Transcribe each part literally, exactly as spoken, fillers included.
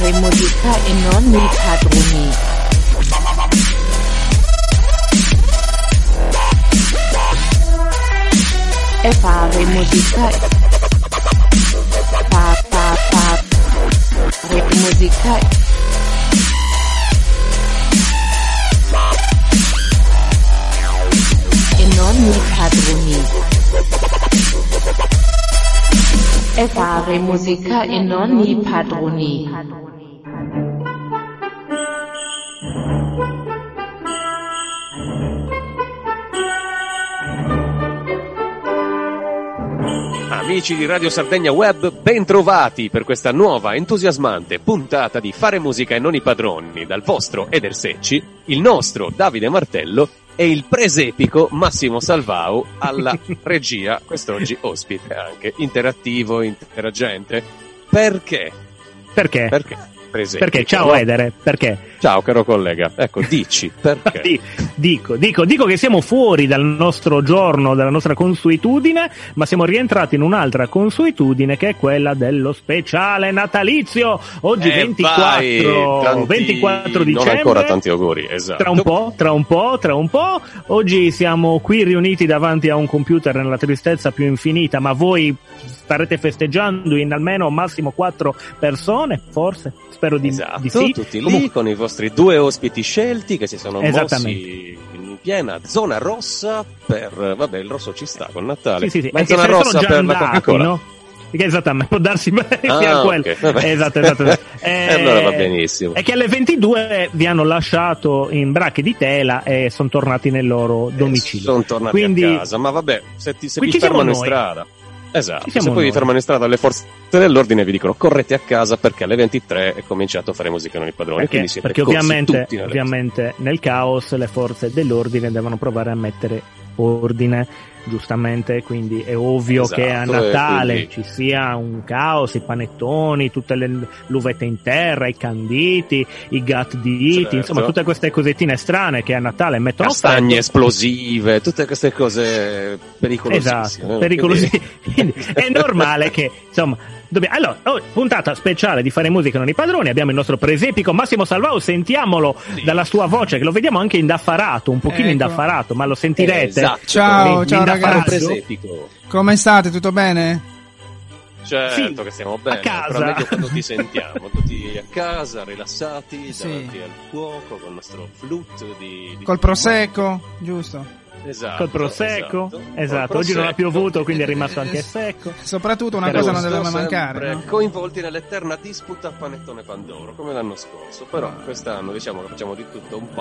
fare musica e non i padroni. E fare musica. Fa fa fa. Re musica. E non i padroni. E fare musica e non i padroni. Amici di Radio Sardegna Web, ben trovati per questa nuova entusiasmante puntata di Fare musica e non i padroni dal vostro Eder Secci, il nostro Davide Martello e il presepico Massimo Salvau alla regia, quest'oggi ospite anche, interattivo, interagente. Perché? Perché? Perché? Presepico. Perché? Ciao Edere, perché? Ciao caro collega, ecco, dici, perché? dico, dico, dico che siamo fuori dal nostro giorno, dalla nostra consuetudine, ma siamo rientrati in un'altra consuetudine che è quella dello speciale natalizio. Oggi eh ventiquattro, vai, tanti, ventiquattro dicembre. Non ancora tanti auguri, esatto. Tra un po', tra un po', tra un po'. Oggi siamo qui riuniti davanti a un computer nella tristezza più infinita, ma voi starete festeggiando in almeno massimo quattro persone, forse? Spero di, esatto, di sì. Tutti lì Comunque, con i vostri due ospiti scelti che si sono mossi in piena zona rossa per, vabbè, il rosso ci sta con Natale, sì, sì, sì. ma in zona rossa per la Coca-Cola, no? Perché esattamente, può darsi ah, quello. Okay, esatto, esatto. eh, allora va benissimo. È che alle ventidue vi hanno lasciato in bracche di tela e sono tornati nel loro domicilio. Eh, sono tornati Quindi, a casa, ma vabbè, se ti se vi ci fermano in noi. strada. Esatto, se poi noi. vi fermano in strada le forze dell'ordine vi dicono correte a casa perché alle ventitré è cominciato a fare musica non i padroni. Perché, quindi siete perché corsi ovviamente, tutti ovviamente nel caos le forze dell'ordine devono provare a mettere ordine, giustamente, quindi è ovvio esatto, che a Natale quindi ci sia un caos, i panettoni, tutte le l'uvetta in terra, i canditi, i gatditi, certo. insomma tutte queste cosettine strane che a Natale mettono castagne freddo. esplosive, tutte queste cose pericolosissime. Esatto, pericolosissime. Quindi è normale che, insomma, dobbiamo... Allora, oh, puntata speciale di Fare musica non i padroni, abbiamo il nostro presepico Massimo Salvau, sentiamolo sì. dalla sua voce, che lo vediamo anche indaffarato, un pochino ecco. indaffarato, ma lo sentirete. Esatto. Ciao, ciao ragazzi. Presepico. Come state? Tutto bene? Certo sì, che stiamo bene, a casa. però meglio quando ti sentiamo, tutti a casa, rilassati, sì. davanti al fuoco, con il nostro flute di... di Col prosecco, giusto? Esatto, col prosecco, esatto. esatto. Col Oggi non ha prosecco. piovuto, quindi è rimasto anche secco. Soprattutto una Però cosa non deve mai mancare, sempre no? coinvolti nell'eterna disputa panettone Pandoro, come l'anno scorso, però quest'anno diciamo che facciamo di tutto un po',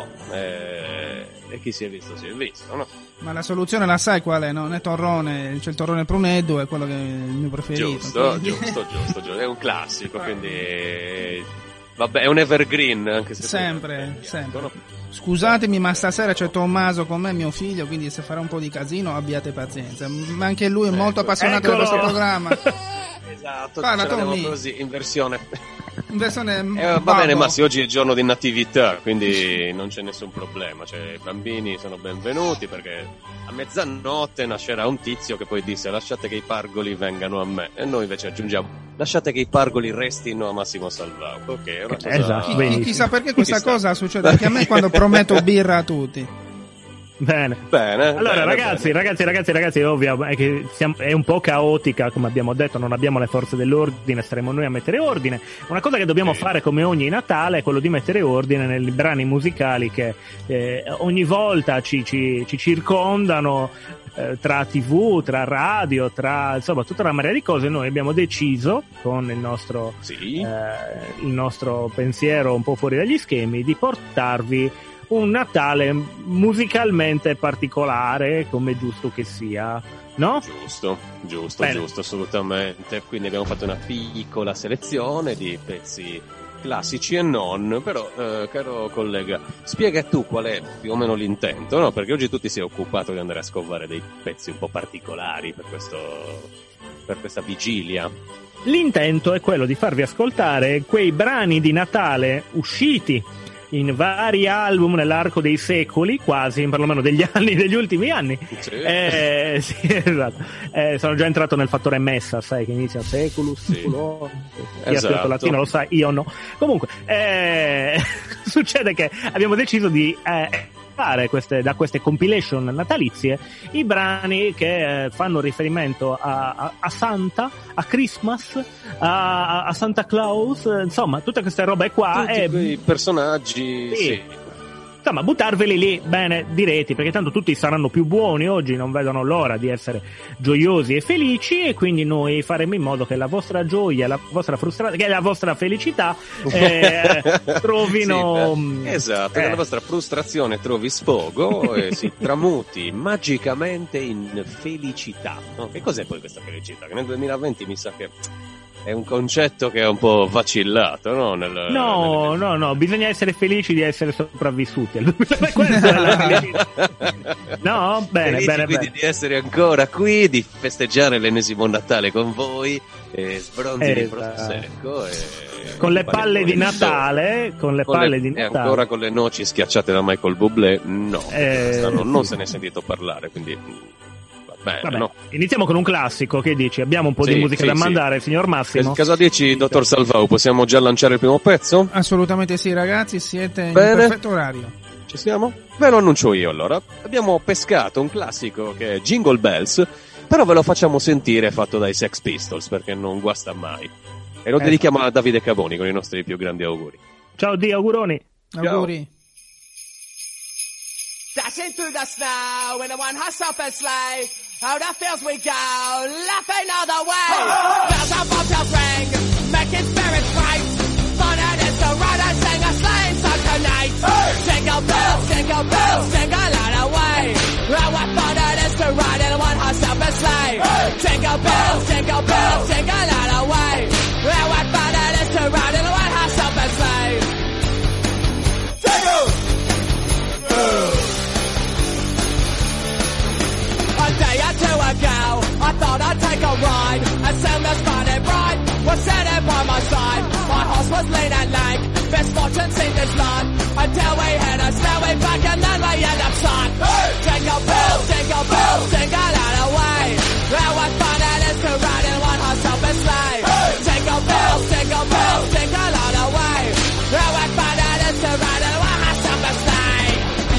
e, e chi si è visto si è visto, no? Ma la soluzione la sai qual è, no? Nel torrone, c'è il torrone pruneddo, è quello che è il mio preferito. Giusto, quindi... giusto, giusto, giusto, è un classico, quindi vabbè, è un evergreen anche se sempre, sempre. No? Scusatemi, ma stasera c'è Tommaso con me, mio figlio, quindi se farà un po' di casino abbiate pazienza. Ma anche lui è molto ecco, appassionato eccolo. del vostro programma. Esatto, Parla, ce l'abbiamo Tommy. così in versione. In versione Eh, va bene, Massi, oggi è giorno di natività, quindi non c'è nessun problema, cioè i bambini sono benvenuti perché a mezzanotte nascerà un tizio che poi disse lasciate che i pargoli vengano a me, e noi invece aggiungiamo lasciate che i pargoli restino a Massimo Salvau, ok? È una cosa... Esatto, Chi, benissimo. chissà perché questa Chissà. cosa succede anche a me quando prometto birra a tutti. Bene. Bene. Allora, bene, ragazzi, bene. ragazzi, ragazzi, ragazzi, è ovvio è che siamo, è un po' caotica, come abbiamo detto, non abbiamo le forze dell'ordine, saremo noi a mettere ordine. Una cosa che dobbiamo Sì. fare come ogni Natale è quello di mettere ordine nei brani musicali che eh, ogni volta ci, ci, ci circondano, eh, tra tivù, tra radio, tra insomma tutta una marea di cose. Noi abbiamo deciso, con il nostro, Sì. eh, il nostro pensiero un po' fuori dagli schemi, di portarvi un Natale musicalmente particolare, come giusto che sia, no? Giusto, giusto, Bene. giusto, assolutamente. Quindi abbiamo fatto una piccola selezione di pezzi classici e non, però eh, caro collega, spiega tu qual è più o meno l'intento, no? Perché oggi tu ti sei occupato di andare a scovare dei pezzi un po' particolari per questo, per questa vigilia. L'intento è quello di farvi ascoltare quei brani di Natale usciti in vari album nell'arco dei secoli, quasi, perlomeno degli anni, degli ultimi anni. Sì. Eh, sì, esatto. Eh, sono già entrato nel fattore messa, sai, che inizia seculus, sì. seculor, chi Esatto. ha studiato latino lo sa, io no. Comunque, eh, succede che abbiamo deciso di eh, fare queste, da queste compilation natalizie i brani che eh, fanno riferimento a, a, a Santa, a Christmas, a, a Santa Claus, insomma tutte queste robe qua. Tutti e quei personaggi, sì. sì. Insomma, buttarveli lì, bene, direti, perché tanto tutti saranno più buoni oggi, non vedono l'ora di essere gioiosi e felici, e quindi noi faremo in modo che la vostra gioia, la vostra frustrazione, che la vostra felicità eh, trovino... Sì, esatto, eh. che la vostra frustrazione trovi sfogo e si tramuti magicamente in felicità. No? Che cos'è poi questa felicità? Che nel duemilaventi mi sa che è un concetto che è un po' vacillato, no? Nel, no, nelle... no, no, bisogna essere felici di essere sopravvissuti. Questa è la felicità. No? Bene, felici bene, quindi bene. di essere ancora qui, di festeggiare l'ennesimo Natale con voi, e sbronzi di Esatto. prosecco e... Con le palle di Natale, con le con palle le, di e Natale. ancora con le noci schiacciate da Michael Bublé, no, Eh, quest'anno non sì. se ne è sentito parlare, quindi va bene, Vabbè, no? iniziamo con un classico, che dici? Abbiamo un po' Sì, di musica sì, da sì. mandare, signor Massimo? Cosa dici, dottor Salvau? Possiamo già lanciare il primo pezzo? Assolutamente sì, ragazzi, siete in Bene. perfetto orario. Ci siamo? Ve lo annuncio io allora. Abbiamo pescato un classico che è Jingle Bells, però ve lo facciamo sentire fatto dai Sex Pistols, perché non guasta mai. E lo Eh. dedichiamo a Davide Cavoni con i nostri più grandi auguri. Ciao Dio, auguroni. Auguri. Dashing through the snow in a one horse open sleigh. Oh, the fields we go, laughing all the way. Bells on bobtails ring, making spirits bright. Fun it is to ride and sing a sleighing song tonight. Jingle bells, jingle bells, jingle all the way. Oh, what fun it is to ride in a one horse open sleigh. Jingle bells, jingle bells, jingle all the way. Oh, what fun it is to ride in a one horse open sleigh. Jingle! A day or two ago, I thought I'd take a ride. And soon the spotted bride was sitting by my side. My horse was lean and lank, misfortune seemed his lot. Until we hit a stairway back and then we end up stuck. Jingle bells, jingle bells, jingle all the way. Oh, what fun it is to ride in one horse open sleigh. Jingle bells, jingle bells, jingle all the way. Oh, what fun it is to ride in one horse open sleigh.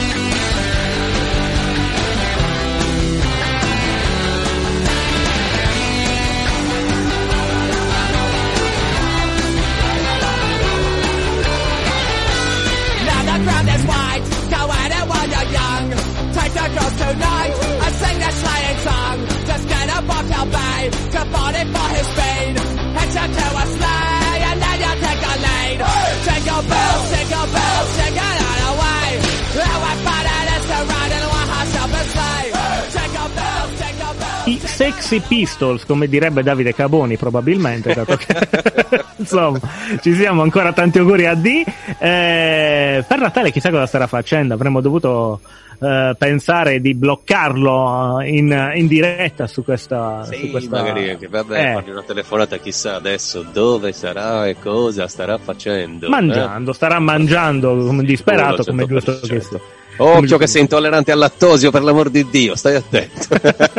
The ground is white, go at it while you're young. Take the girls tonight and sing the sleighing song. Just get a bobtail bay to body for his speed. Hitch her to a sleigh and then you take a lead. Jingle bells, jingle bells, jingle all the way. Oh, what fun it is to ride in a one-horse open sleigh. Jingle bells, jingle bells. I Sexy Pistols, come direbbe Davide Caboni, probabilmente, dato che insomma ci siamo, ancora tanti auguri a D. Eh, per Natale chissà cosa starà facendo, avremmo dovuto eh, pensare di bloccarlo in, in diretta su questa, Sì, su questa... magari anche, vabbè, Eh. fargli una telefonata, chissà adesso dove sarà e cosa starà facendo. mangiando, starà mangiando come un disperato, come è giusto che sia. Occhio che sei intollerante al lattosio, per l'amor di Dio, stai attento.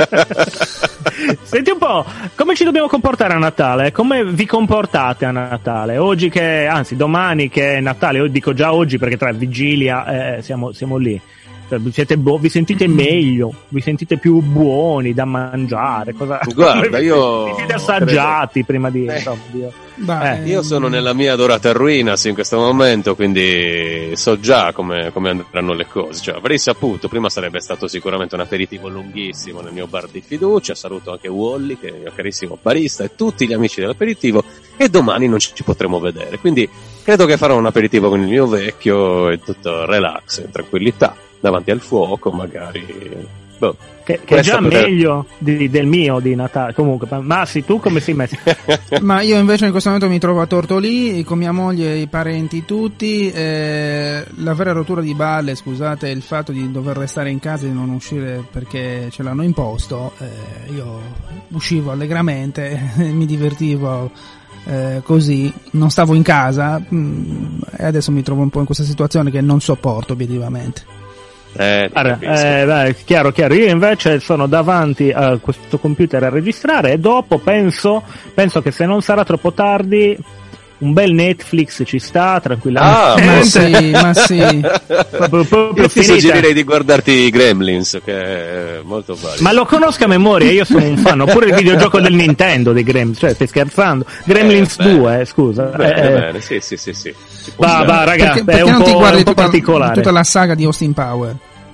Senti un po', come ci dobbiamo comportare a Natale? Come vi comportate a Natale? Oggi che, anzi domani che è Natale, io dico già oggi perché tra vigilia eh, siamo, siamo lì. Cioè, siete bo- vi sentite meglio, vi sentite più buoni da mangiare? Cosa... Guarda, io vi siete assaggiati credo- prima di... Eh. insomma, di- Beh, Eh, Io sono nella mia adorata ruinas in questo momento, quindi so già come, come andranno le cose. Cioè, avrei saputo, prima sarebbe stato sicuramente un aperitivo lunghissimo nel mio bar di fiducia. Saluto anche Wally, che è il mio carissimo barista, e tutti gli amici dell'aperitivo, e domani non ci, ci potremo vedere. Quindi credo che farò un aperitivo con il mio vecchio e tutto relax, in tranquillità, davanti al fuoco, magari. Boh. Che, che è Questa già potrebbe- meglio di- del mio di Natale. Comunque, Massi, tu come sei messo? ma io invece in questo momento mi trovo a Tortolì con mia moglie e i parenti tutti. Eh, la vera rottura di balle, scusate, è il fatto di dover restare in casa e di non uscire perché ce l'hanno imposto. Eh, io uscivo allegramente, mi divertivo eh, così, non stavo in casa mh, e adesso mi trovo un po' in questa situazione che non sopporto obiettivamente. Eh, Guarda, eh, beh, chiaro, chiaro. Io invece sono davanti a questo computer a registrare e dopo penso, penso che se non sarà troppo tardi un bel Netflix ci sta tranquillamente. Ah, ma sì, ma sì. proprio, proprio Io ti finita. suggerirei di guardarti i Gremlins, che è molto valido. Ma lo conosco a memoria, io sono un fan. Oppure il videogioco del Nintendo dei Gremlins, cioè stai scherzando? Gremlins Eh, beh. due, scusa. Bene, Eh, bene, sì, sì, sì, sì. Ci può Va, stare. va, ragazzi, Perché, è perché un non ti po', è guardi un po' tutta, particolare. tutta la saga di Austin Power?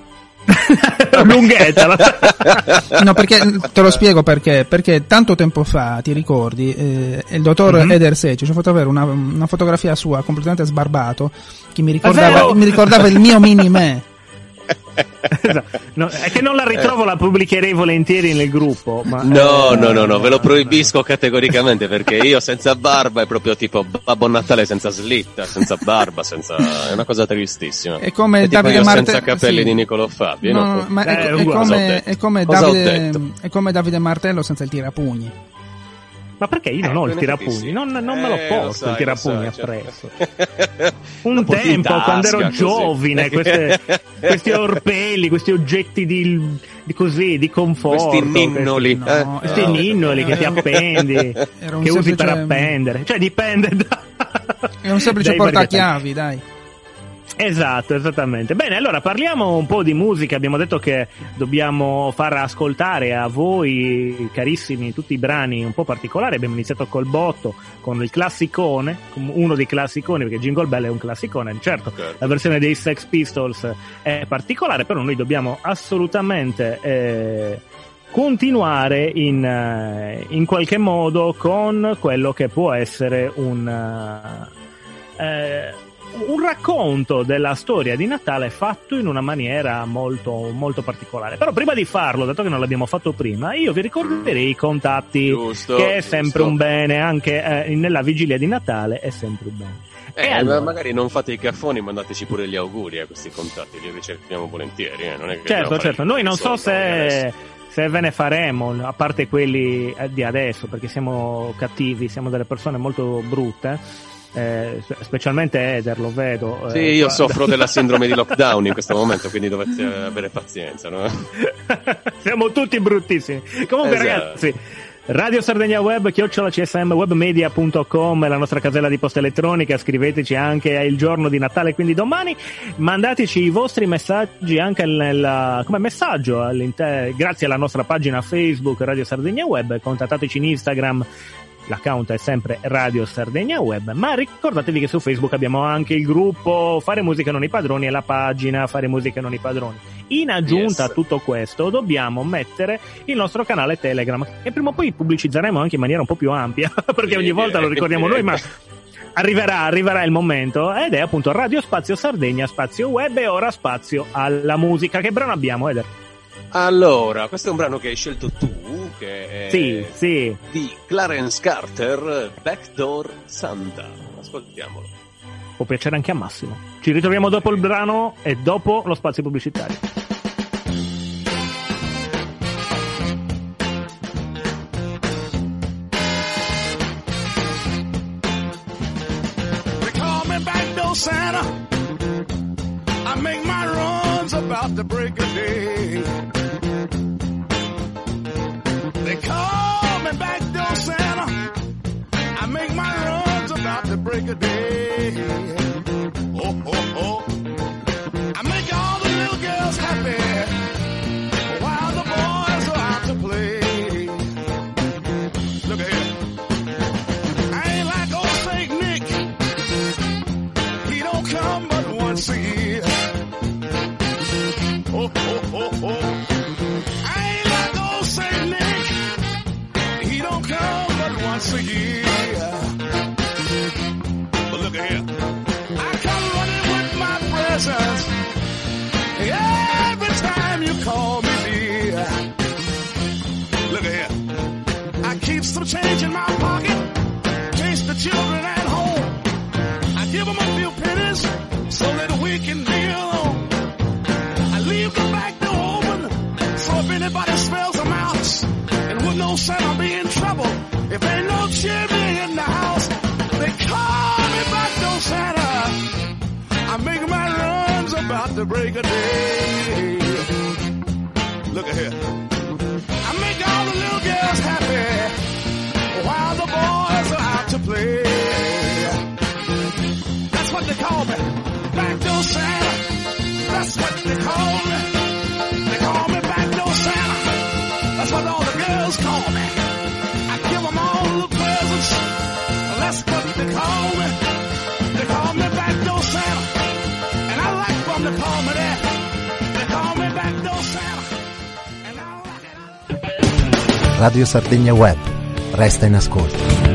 Lunghetta. No, perché te lo spiego perché. Perché tanto tempo fa, ti ricordi, eh, il dottor Mhm. Eder Secci ci ha fatto avere una, una fotografia sua completamente sbarbato che mi vero? ricordava, mi ricordava il mio mini me. Esatto. No, è che non la ritrovo, la pubblicherei volentieri nel gruppo. Ma, No, eh, no, no, no, ve lo proibisco categoricamente perché io senza barba è proprio tipo Babbo Natale senza slitta, senza barba, senza... è una cosa tristissima. È come È tipo Davide io Marte- senza capelli sì. di Niccolò Fabi, No, no? no, ma Eh, è, è uguale. Cosa ho come, detto? è, come Cosa ho Davide, detto? è come Davide Martello senza il tirapugni. Ma perché io non Eh, ho il in effetti tirapugni? sì. Non, non me lo Eh, posso sai, il tirapugni lo sai, appresso. certo. Un Lo porti in tempo, quando ero tasca, così. giovine, queste, questi orpelli, questi oggetti di, di così, di conforto. Questi ninnoli. Questi, no, questi no, ninnoli che ti appendi, Era un che usi semplice- per appendere. Cioè dipende da... È un semplice dai portachiavi, dai. Esatto, esattamente. Bene, allora parliamo un po' di musica. Abbiamo detto che dobbiamo far ascoltare a voi, carissimi, tutti i brani un po' particolari. Abbiamo iniziato col botto, con il classicone, uno dei classiconi, perché Jingle Bell è un classicone. Certo, Certo. la versione dei Sex Pistols è particolare, però noi dobbiamo assolutamente eh, continuare in, eh, in qualche modo con quello che può essere un... eh, un racconto della storia di Natale fatto in una maniera molto molto particolare. Però prima di farlo, dato che non l'abbiamo fatto prima, io vi ricorderei i contatti, Giusto, che è sempre giusto. un bene, anche eh, nella vigilia di Natale è sempre un bene. Eh, E allora? magari non fate i caffoni, mandateci pure gli auguri a questi contatti, li ricerchiamo volentieri, eh. Non è che Certo, dobbiamo certo, fare noi il non so solito, se, se ve ne faremo, a parte quelli eh, di adesso, perché siamo cattivi, siamo delle persone molto brutte. Eh, spe- specialmente Eder, lo vedo. Sì, eh, io fa- soffro della sindrome di lockdown in questo momento, quindi dovete avere pazienza, no? Siamo tutti bruttissimi. Comunque, Esatto. ragazzi, Radio Sardegna Web, chiocciola C S M webmedia punto com è la nostra casella di posta elettronica. Scriveteci anche il giorno di Natale, quindi domani. Mandateci i vostri messaggi anche nella, come messaggio all'inter- grazie alla nostra pagina Facebook Radio Sardegna Web. Contattateci in Instagram. L'account è sempre Radio Sardegna Web, ma ricordatevi che su Facebook abbiamo anche il gruppo Fare Musica Non i Padroni e la pagina Fare Musica Non i Padroni. In aggiunta Yes. a tutto questo dobbiamo mettere il nostro canale Telegram, che prima o poi pubblicizzeremo anche in maniera un po' più ampia, perché Sì, ogni volta lo ricordiamo noi, ma arriverà, arriverà il momento, ed è appunto Radio Spazio Sardegna, Spazio Web e ora spazio alla musica. Che brano abbiamo, Eder? Allora, questo è un brano che hai scelto tu, che è Sì, sì. di Clarence Carter, Backdoor Santa. Ascoltiamolo. Può piacere anche a Massimo. Ci ritroviamo dopo il brano e dopo lo spazio pubblicitario. They call me Backdoor Santa. I make my runs about the break of day. They call me Backdoor Santa. I make my runs about the break of day. Oh, oh, oh. I make all the little girls happy while the boys are out to play. Look at here. I ain't like old Saint Nick. He don't come but once a year. Oh, oh, oh, oh. I ain't like old Saint Nick. He don't come but once a year. But look at here. I come running with my presents every time you call me dear. Look at here. I keep some change in my pocket in case the children at home. I give them a few pennies so that we can be alone. I leave the back door open so if anybody smells them out and would know Santa be in trouble if ain't no chimney in the house. break of day. Look at here. I make all the little girls happy while the boys are out to play. That's what they call me, backdoor Santa. That's what they call me. They call me backdoor Santa. That's what all the girls call me. I give them all the presents. That's what they call me. They call me backdoor Santa. And I like them to call me that. They call me backdoor Santa. And I like it. Radio Sardegna Web. Resta in ascolto.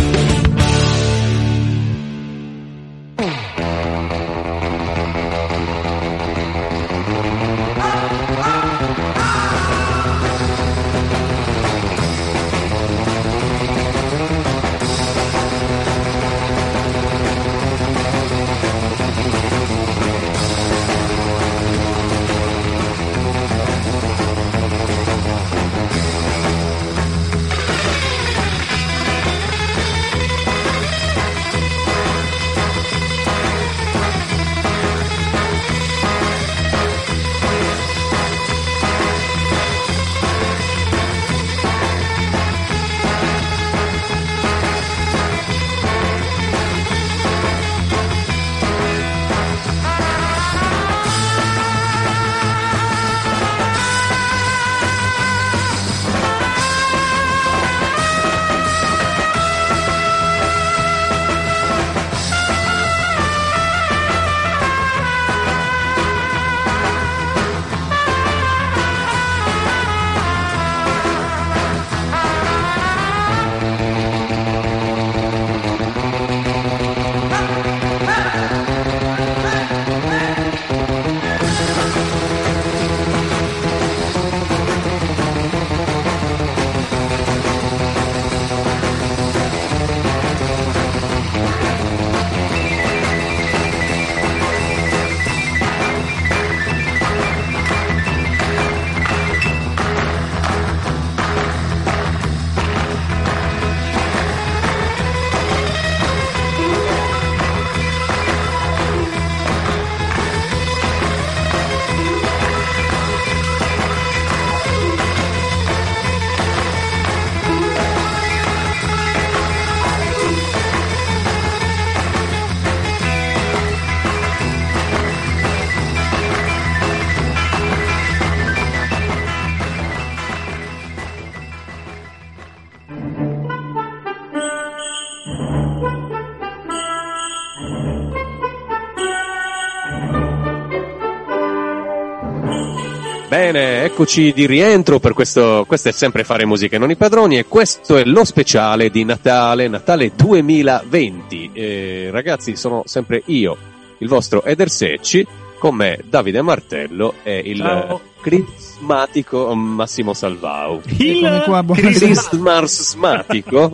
Bene, eccoci di rientro per questo, questo è sempre Fare Musica e non i padroni e questo è lo speciale di Natale, Natale duemilaventi. Eh, ragazzi, sono sempre io, il vostro Eder Secci, con me Davide Martello e il Ciao. crismatico Massimo Salvau. Eccomi qua, buonasera. Crismarsmatico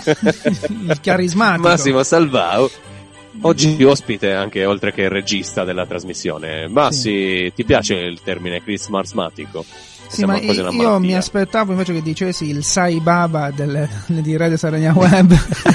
Il carismatico Massimo Salvau. Oggi ospite anche, oltre che regista della trasmissione. Massi, sì. Ti piace il termine crismarsmatico? Sì, ma io, io mi aspettavo invece che dicessi il Sai Baba del, di Radio Sardegna Web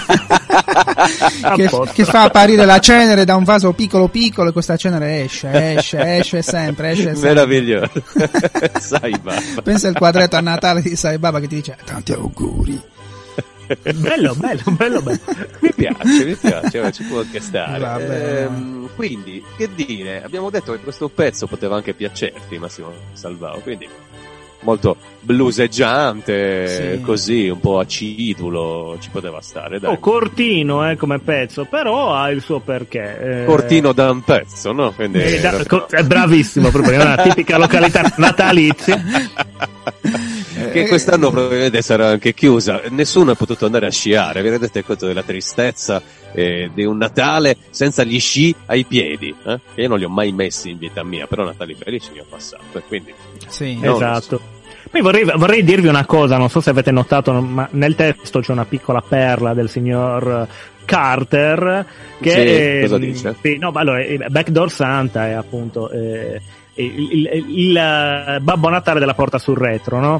che, che fa apparire la cenere da un vaso piccolo piccolo e questa cenere esce, esce, esce sempre, esce sempre. Meraviglioso. Sai Baba. Pensa al quadretto a Natale di Sai Baba che ti dice tanti auguri. Bello, bello, bello, bello. Mi piace, mi piace, ci può anche stare. Ehm, quindi, che dire, abbiamo detto che questo pezzo poteva anche piacerti, Massimo Salvao, quindi molto bluseggiante, sì. Così, un po' acidulo, ci poteva stare, dai. Oh, cortino, eh, come pezzo, però ha il suo perché. Eh... Cortino da un pezzo, no? Quindi, eh, da, co- è bravissimo, proprio, è una tipica località natalizia. Che quest'anno probabilmente sarà anche chiusa, nessuno è potuto andare a sciare, vi rendete conto della tristezza eh, di un Natale senza gli sci ai piedi, eh? Che io non li ho mai messi in vita mia, però Natali felici mi ho passato, e quindi sì, esatto. Poi vorrei, vorrei dirvi una cosa, non so se avete notato, ma nel testo c'è una piccola perla del signor Carter che sì, è, cosa dice? Sì, no, allora, Backdoor Santa è appunto eh, il, il, il, il Babbo Natale della porta sul retro, no?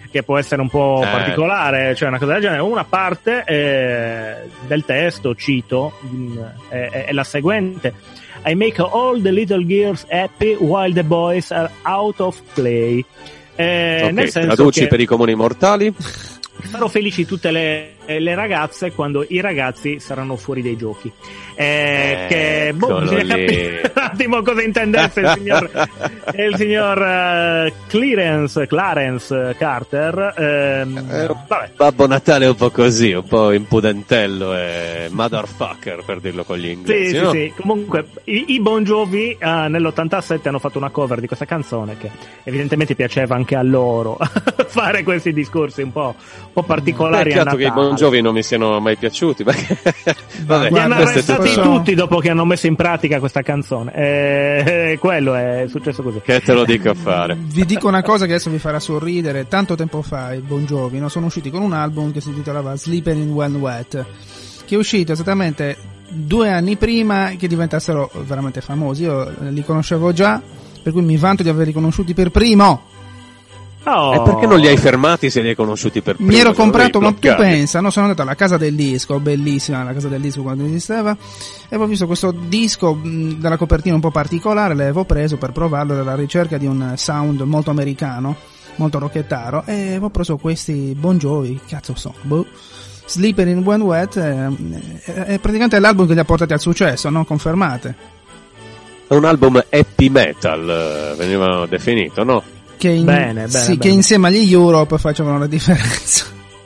che può essere un po' Eh. particolare, cioè una cosa del genere. Una parte eh, del testo, cito, mh, è, è- è la seguente: I make all the little girls happy while the boys are out of play. Eh, Ok, nel senso traduci che per i comuni mortali. farò felici tutte le, le ragazze quando i ragazzi saranno fuori dai giochi. Eh, che boh, Eccolo bisogna lì. capire un attimo cosa intendesse il signor, il signor eh, Clarence, Clarence Carter. Ehm, Eh, vabbè. Babbo Natale è un po' così, un po' impudentello e motherfucker, per dirlo con gli Sì, inglesi, sì, no? sì. Comunque, i, i Bon Jovi eh, nell'ottantasette hanno fatto una cover di questa canzone che evidentemente piaceva anche a loro fare questi discorsi un po', un po' particolari a Peccato che i Natale. Bon Jovi non mi siano mai piaciuti, perché vabbè, Li hanno questo è arrestati tutto- posso- tutti dopo che hanno messo in pratica questa canzone. Eh, quello è successo così. che te lo dico a fare. Vi dico una cosa che adesso vi farà sorridere. Tanto tempo fa i Bon Jovi no, sono usciti con un album che si intitolava Sleeping When Wet, che è uscito esattamente due anni prima che diventassero veramente famosi. Io li conoscevo già, per cui mi vanto di averli conosciuti per primo. Oh. E perché non li hai fermati se li hai conosciuti per primo? Mi ero Se non comprato, li ma tu bloccavi? pensa, no? Sono andato alla casa del disco, bellissima la casa del disco quando esisteva, e ho visto questo disco mh, dalla copertina un po' particolare, l'avevo preso per provarlo, alla ricerca di un sound molto americano, molto rocchettaro, e ho preso questi Bon Jovi, cazzo so, boh. Sleeping in When Wet è, è, è praticamente l'album che li ha portati al successo, no? Confermate. È un album happy metal, eh, veniva definito, no? Che, in- Bene, bene, sì, bene. che insieme agli Europe facevano la differenza.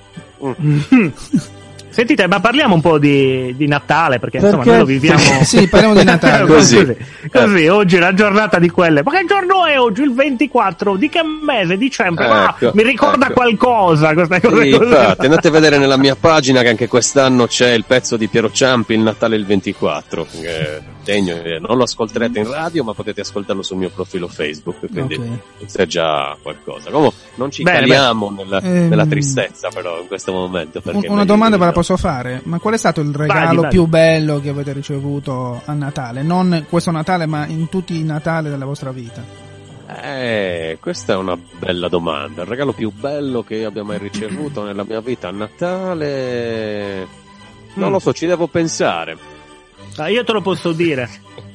Sentite, ma parliamo un po' di, di Natale, perché, insomma Perché? noi lo viviamo. Sì, parliamo di Natale. Così. così, così, oggi è la giornata di quelle. Ma che giorno è oggi? Il ventiquattro? Di che mese? Dicembre? Ma Ecco, mi ricorda ecco. qualcosa queste cose Sì, così. infatti, andate a vedere nella mia pagina che anche quest'anno c'è il pezzo di Piero Ciampi, il Natale il ventiquattro, che è degno, eh, non lo ascolterete in radio, ma potete ascoltarlo sul mio profilo Facebook, quindi Ok. c'è già qualcosa. Comunque, non ci Bene, caliamo nella, Ehm, nella tristezza, però, in questo momento. perché Un- è una meglio domanda di ve la no. posso fare? Ma qual è stato il regalo Vai, vai. più bello che avete ricevuto a Natale? Non questo Natale, ma in tutti i Natali della vostra vita. Eh, questa è una bella domanda. Il regalo più bello che io abbia mai ricevuto nella mia vita a Natale... Non Mm. lo so, ci devo pensare. Ah, io te lo posso dire.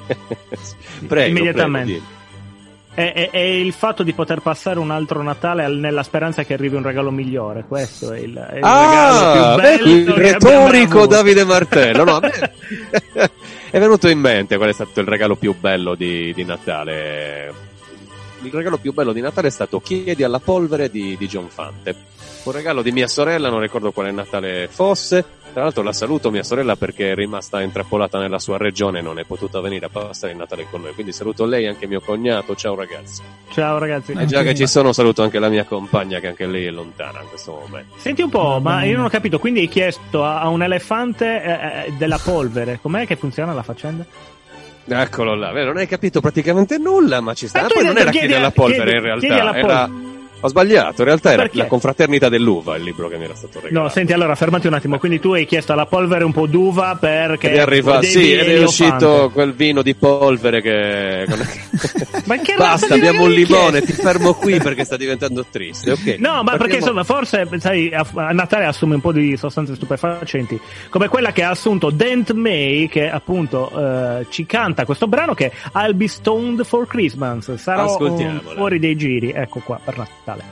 Prego, Immediatamente. prego, È, è- è il fatto di poter passare un altro Natale al- nella speranza che arrivi un regalo migliore. Questo è il, è il Ah, regalo beh, più bello il che abbiamo retorico avuto. Davide Martello. No, a me è venuto in mente qual è stato il regalo più bello di, di Natale. Il regalo più bello di Natale è stato Chiedi alla polvere di, di John Fante. Un regalo di mia sorella, non ricordo quale Natale fosse. Tra l'altro la saluto mia sorella perché è rimasta intrappolata nella sua regione e non è potuta venire a passare il Natale con noi. Quindi saluto lei e anche mio cognato. Ciao ragazzi. Ciao ragazzi. E già che ci sono, saluto anche la mia compagna, che anche lei è lontana in questo momento. Senti un po', ma io non ho capito, quindi hai chiesto a, a un elefante eh, eh, della polvere. Com'è che funziona la faccenda? Eccolo là, vero, non hai capito praticamente nulla, ma ci sta. Ma Ma tu poi hai non detto era chiedi Chiedi alla a- polvere chiedi- in realtà, chiedi alla era... polvere. Ho sbagliato, in realtà era Perché? La confraternita dell'uva il libro che mi era stato regalato. No, senti, allora fermati un attimo. Quindi tu hai chiesto alla polvere un po' d'uva perché Ed è arrivato, vedevi sì, ed è Elio uscito Fante. quel vino di polvere che... Ma che razza Basta, di abbiamo un regalo hai limone, chiesto? ti fermo qui perché sta diventando triste, ok? No, ma perché Partiamo- insomma, forse, sai, a, a Natale assume un po' di sostanze stupefacenti, come quella che ha assunto Dent May, che appunto eh, ci canta questo brano che è I'll Be Stoned for Christmas. Sarò um, Ascoltiamola. fuori dei giri, ecco qua, per Natale.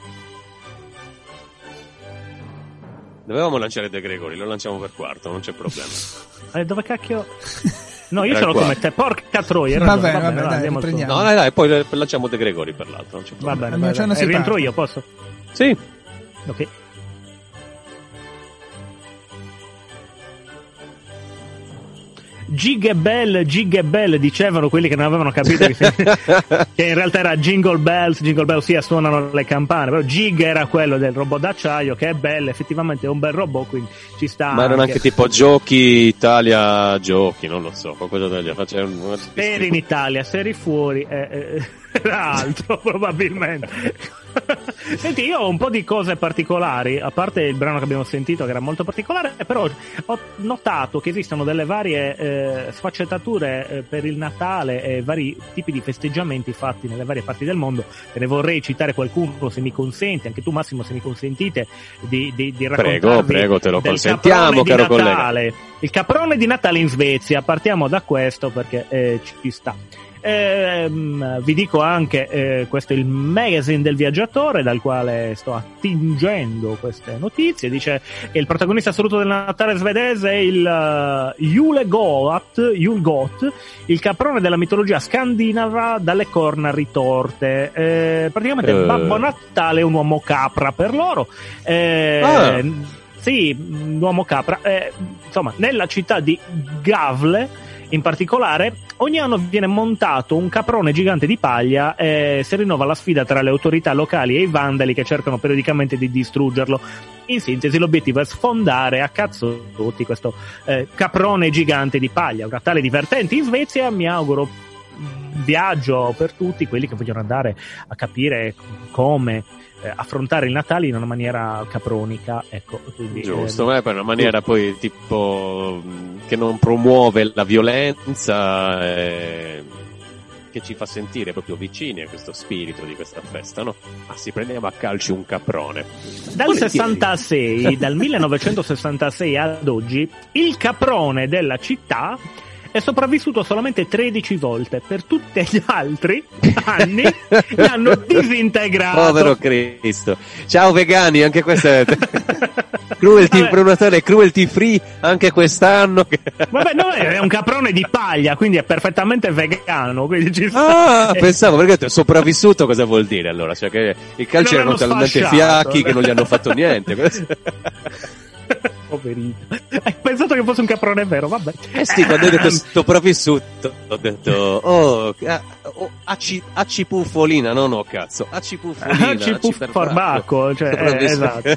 Dovevamo lanciare De Gregori, lo lanciamo per quarto, non c'è problema. Eh, dove cacchio? No, io Era sono qua. come te, porca troia. hai Va ragione, bene, va bene, dai, dai, andiamo al riprendiamo. suo. No, dai, dai, poi le- lanciamo De Gregori per l'altro, non c'è Va problema. bene, Almeno va ce ne bene. si E rientro parte. io, posso? Sì, Ok. Gig e Bell, Gig e Bell, dicevano quelli che non avevano capito che, si- che in realtà era Jingle Bells, Jingle Bells sì, suonano le campane, però Gig era quello del robot d'acciaio, che è bello, effettivamente è un bel robot, quindi ci sta. ma erano anche tipo giochi Italia giochi, non lo so, qualcosa del genere. Faceva un- Eri in Italia, se eri fuori, eh, eh, era altro probabilmente. Senti, io ho un po' di cose particolari, a parte il brano che abbiamo sentito che era molto particolare, però ho notato che esistono delle varie eh, sfaccettature eh, per il Natale e vari tipi di festeggiamenti fatti nelle varie parti del mondo. Te ne vorrei citare qualcuno, se mi consenti, anche tu Massimo, se mi consentite di, di, di raccontarvi. Prego, prego, te lo consentiamo, caro Natale. collega. Il caprone di Natale in Svezia, partiamo da questo perché eh, ci sta. Eh, vi dico anche, eh, questo è il magazine del viaggiatore dal quale sto attingendo queste notizie. Dice che il protagonista assoluto del Natale svedese è il uh, Julegot, Julegot, il caprone della mitologia scandinava dalle corna ritorte. Eh, praticamente uh. Babbo Natale è un uomo capra per loro. Eh, ah. Sì, un uomo capra. Eh, insomma, nella città di Gavle in particolare, ogni anno viene montato un caprone gigante di paglia e si rinnova la sfida tra le autorità locali e i vandali che cercano periodicamente di distruggerlo. In sintesi, l'obiettivo è sfondare a cazzotti questo eh, caprone gigante di paglia. Un Natale divertente in Svezia, mi auguro viaggio per tutti quelli che vogliono andare a capire come eh, affrontare il Natale in una maniera capronica, ecco, quindi, giusto, eh, ma è per una maniera poi tipo che non promuove la violenza, eh, che ci fa sentire proprio vicini a questo spirito di questa festa, no? Ah, si prendiamo a calci un caprone. Dal Volentieri. sessantasei, dal millenovecentosessantasei ad oggi, il caprone della città è sopravvissuto solamente tredici volte. Per tutti gli altri anni l'hanno disintegrato. Povero Cristo. Ciao vegani, anche questa è cruelty, per un Natale cruelty free anche quest'anno. Vabbè, no, è un caprone di paglia, quindi è perfettamente vegano, quindi ci sta. Ah, pensavo, perché sopravvissuto cosa vuol dire allora? Cioè che i calci erano talmente sfasciato. fiacchi che non gli hanno fatto niente. Poverino. Hai pensato che fosse un caprone vero, vabbè. Eh sì, quando hai detto sopravvissuto ho detto oh, ah, oh acci, accipuffolina, no no cazzo, accipuffolina, accipufforbacco, cioè eh, esatto.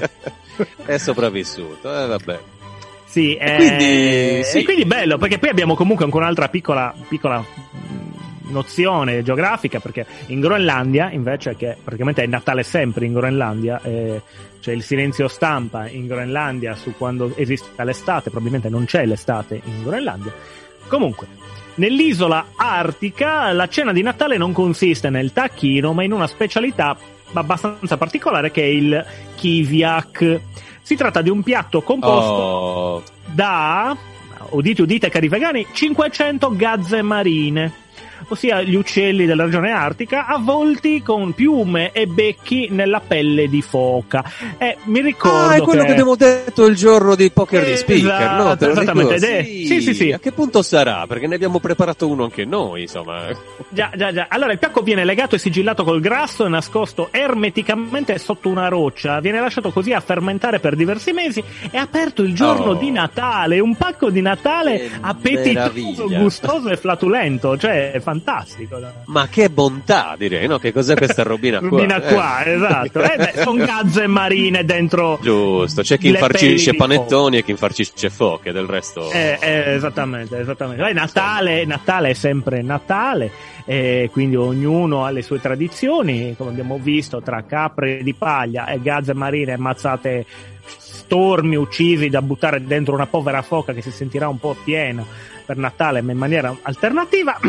È sopravvissuto, eh vabbè. Sì, eh, quindi, sì. E quindi bello, perché poi abbiamo comunque ancora un'altra piccola piccola nozione geografica, perché in Groenlandia invece, che praticamente è Natale sempre in Groenlandia, eh, c'è il silenzio stampa in Groenlandia su quando esiste l'estate, probabilmente non c'è l'estate in Groenlandia. Comunque, nell'isola artica la cena di Natale non consiste nel tacchino, ma in una specialità abbastanza particolare che è il kiviak. Si tratta di un piatto composto oh. da, udite udite cari vegani, cinquecento gazze marine, ossia gli uccelli della regione artica avvolti con piume e becchi nella pelle di foca. E mi ricordo ah, è quello che, che abbiamo detto il giorno di Poker eh, di Speaker, esatto, no? Te lo esattamente. Sì. sì, sì, sì. A che punto sarà? Perché ne abbiamo preparato uno anche noi, insomma. Già, già, già. Allora, il piatto viene legato e sigillato col grasso e nascosto ermeticamente sotto una roccia. Viene lasciato così a fermentare per diversi mesi. È aperto il giorno oh. di Natale. Un pacco di Natale che appetitoso, meraviglia. gustoso e flatulento. Cioè, è fantastico. Ma che bontà, direi, no? Che cos'è questa robina qua? Robina qua, eh. esatto. Eh, beh, sono gazze marine dentro. Giusto, c'è chi le infarcisce pelli di panettoni e chi infarcisce foche, del resto. Eh, eh, esattamente, esattamente. Dai, Natale, Natale è sempre Natale, eh, quindi ognuno ha le sue tradizioni, come abbiamo visto, tra capre di paglia e gazze marine ammazzate, stormi uccisi da buttare dentro una povera foca che si sentirà un po' piena per Natale, ma in maniera alternativa.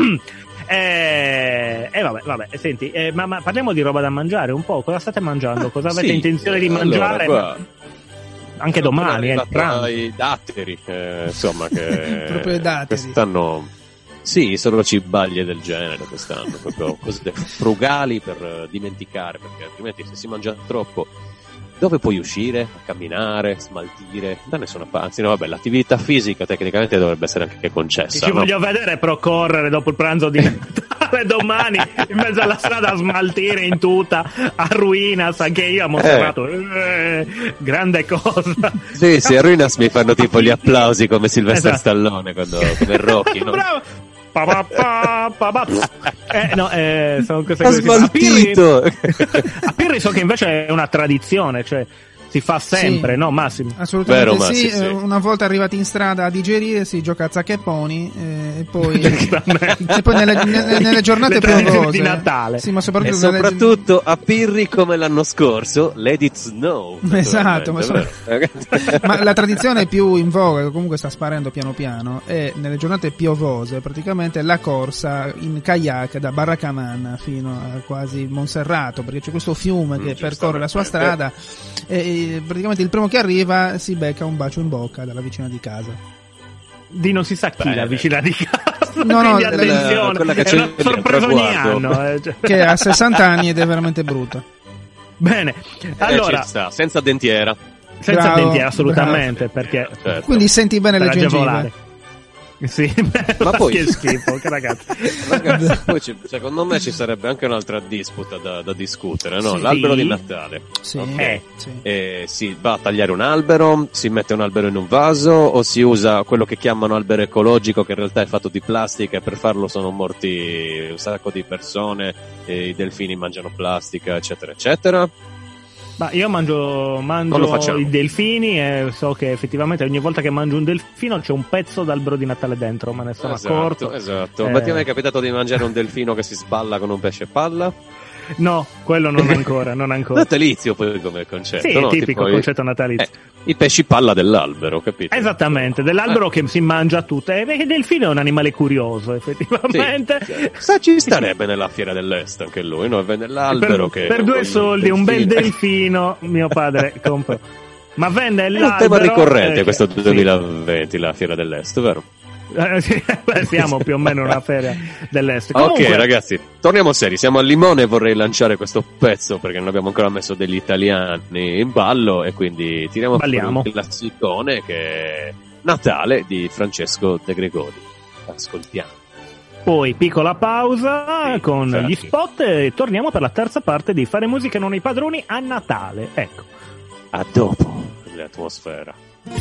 E eh, eh, vabbè, vabbè, senti, eh, ma, ma parliamo di roba da mangiare un po'. Cosa state mangiando? Cosa avete sì, intenzione di allora, mangiare? Qua, anche domani, eh, i datteri, eh, insomma, che proprio i datteri. Quest'anno sì, solo cibaglie del genere quest'anno, proprio cose frugali per dimenticare, perché altrimenti se si mangia troppo dove puoi uscire? A camminare, smaltire, da nessuna parte. No, vabbè, l'attività fisica tecnicamente dovrebbe essere anche concessa. Ci no? voglio vedere però correre dopo il pranzo di Natale domani in mezzo alla strada a smaltire in tuta a Ruinas, anche io a Monserrato. Eh. Eh, grande cosa. Sì, sì, a Ruinas mi fanno tipo gli applausi come Sylvester esatto. Stallone quando, come Rocky, no? Bravo. Pa, pa, pa, pa, pa. Eh, no, eh, sono queste Ha cose. smaltito. A Pirri so che invece è una tradizione, cioè si fa sempre, sì, no Massimo? Assolutamente. Vero, sì, Massi, sì. Una volta arrivati in strada a digerire si gioca a zaccheponi eh, e poi e poi nelle, nelle, nelle giornate Le tradizioni piovose di Natale. sì, ma E soprattutto, nelle- soprattutto a Pirri come l'anno scorso, Let It Snow. Esatto, ma, so- naturalmente, ma la tradizione più in voga, che comunque sta sparendo piano piano, è nelle giornate piovose praticamente la corsa in kayak da Barracaman fino a quasi Monserrato, perché c'è questo fiume che Mm, percorre la sua strada e, e praticamente il primo che arriva si becca un bacio in bocca dalla vicina di casa. Di non si sa chi Beh, la vicina di casa. No, no, quindi la- attenzione, quella che è c'è una lì al sorpresa ogni traguardo. anno. eh, cioè. Che ha sessanta anni ed è veramente brutta. Bene, allora, eh, ci sta, senza dentiera. senza Bravo, dentiera assolutamente, perché Certo. Quindi senti bene per le gengive. agevolare. Sì, Ma poi- che schifo, che ragazzi. Ragazzi, poi ci- secondo me ci sarebbe anche un'altra disputa da, da discutere, no? Sì. L'albero di Natale. Sì, Ok. Eh. sì. E si va a tagliare un albero, si mette un albero in un vaso o si usa quello che chiamano albero ecologico, che in realtà è fatto di plastica e per farlo sono morti un sacco di persone, e i delfini mangiano plastica, eccetera, eccetera. Ma io mangio, Non lo mangio facciamo. i delfini e so che effettivamente ogni volta che mangio un delfino c'è un pezzo d'albero di Natale dentro, me ne sono accorto. Esatto. Eh. Ma ti è mai capitato di mangiare un delfino che si sballa con un pesce palla? No, quello non ancora, non ancora. Natalizio poi come concetto, Sì, no? tipico Tipo i- concetto natalizio. eh, i pesci palla dell'albero, capito? Esattamente, dell'albero che si mangia tutte. E il delfino è un animale curioso, effettivamente. Sì. Sa, ci starebbe nella fiera dell'est anche lui, no? Vende l'albero per, che per due con soldi, il un bel delfino. delfino, mio padre comprò. Ma vende È un l'albero. tema ricorrente eh, questo sì. duemilaventi, la fiera dell'est, vero? Eh, sì, beh, siamo più o meno una feria dell'est. Ok, Comunque, ragazzi, torniamo seri. Siamo al limone. Vorrei lanciare questo pezzo perché non abbiamo ancora messo degli italiani in ballo. E quindi tiriamo fuori Balliamo. il classicone che è Natale di Francesco De Gregori. Ascoltiamo. Poi piccola pausa Sì, con infatti. gli spot e torniamo per la terza parte di Fare musica non i padroni a Natale. Ecco. A dopo l'atmosfera.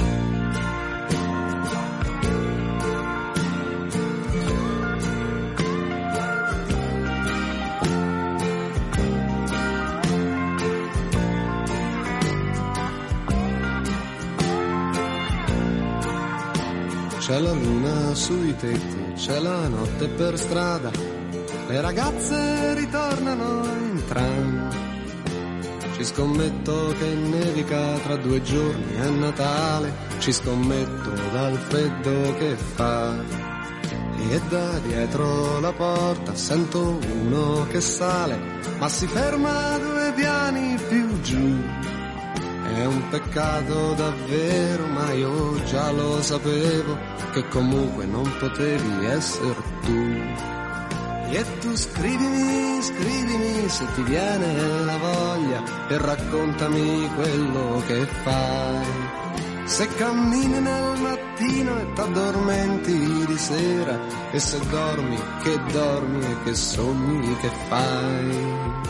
C'è la luna sui tetti, c'è la notte per strada, le ragazze ritornano in tram. Ci scommetto che nevica tra due giorni è Natale, ci scommetto dal freddo che fa. E da dietro la porta sento uno che sale, ma si ferma due piani più giù. È un peccato davvero, ma io già lo sapevo, che comunque non potevi essere tu. E tu scrivimi, scrivimi se ti viene la voglia e raccontami quello che fai. Se cammini nel mattino e t'addormenti di sera, e se dormi, che dormi e che sogni che fai.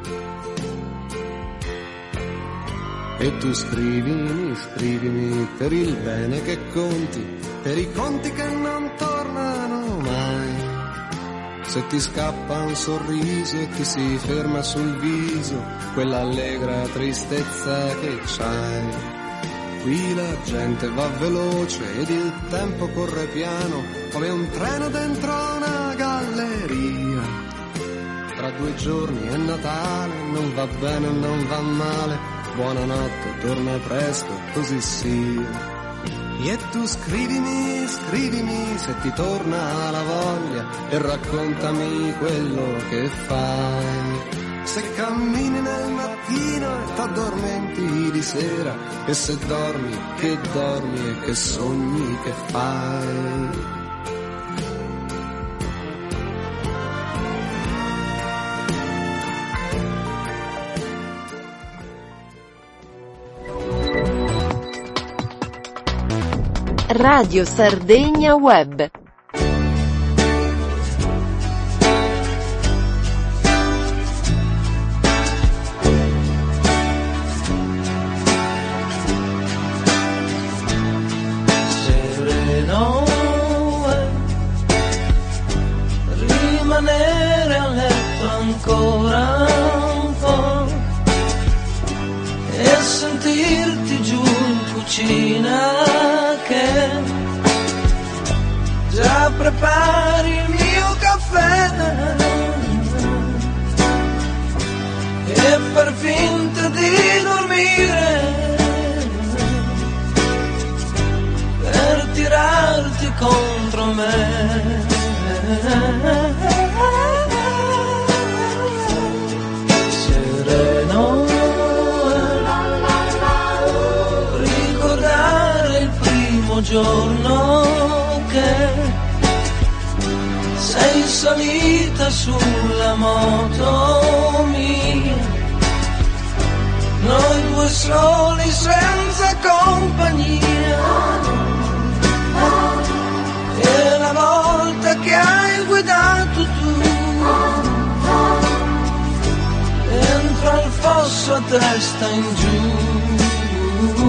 E tu scrivimi, scrivimi per il bene che conti, per i conti che non tornano mai. Se ti scappa un sorriso e ti si ferma sul viso quella allegra tristezza che c'hai. Qui la gente va veloce ed il tempo corre piano come un treno dentro una galleria. Tra due giorni è Natale, non va bene, non va male, buonanotte, torna presto, così sia. E tu scrivimi, scrivimi se ti torna la voglia e raccontami quello che fai. Se cammini nel mattino e t'addormenti di sera, e se dormi, che dormi e che sogni che fai. Radio Sardegna Web. Sereno è rimanere a letto ancora un po' e sentire cucina che già prepari il mio caffè e per finta di dormire, per tirarti contro me. Sereno, ricordare il primo giorno che sei salita sulla moto mia, noi due soli senza compagnia. E la volta che hai guidato tu dentro al fosso a testa in giù.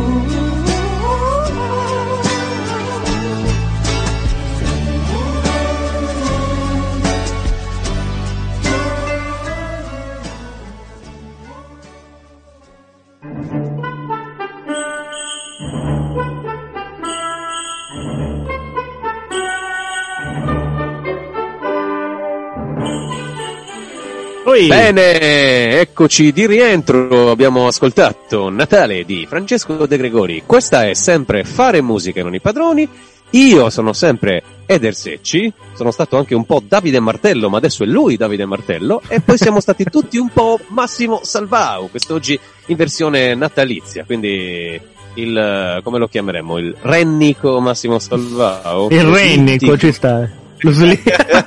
Bene, eccoci di rientro. Abbiamo ascoltato Natale di Francesco De Gregori. Questa è sempre Fare Musica e Non i Padroni. Io sono sempre Eder Secci, sono stato anche un po' Davide Martello, ma adesso è lui Davide Martello, e poi siamo stati tutti un po' Massimo Salvao, quest'oggi in versione natalizia, quindi il, come lo chiameremo, il rennico Massimo Salvao. Il rennico ci sta. Lo, sli...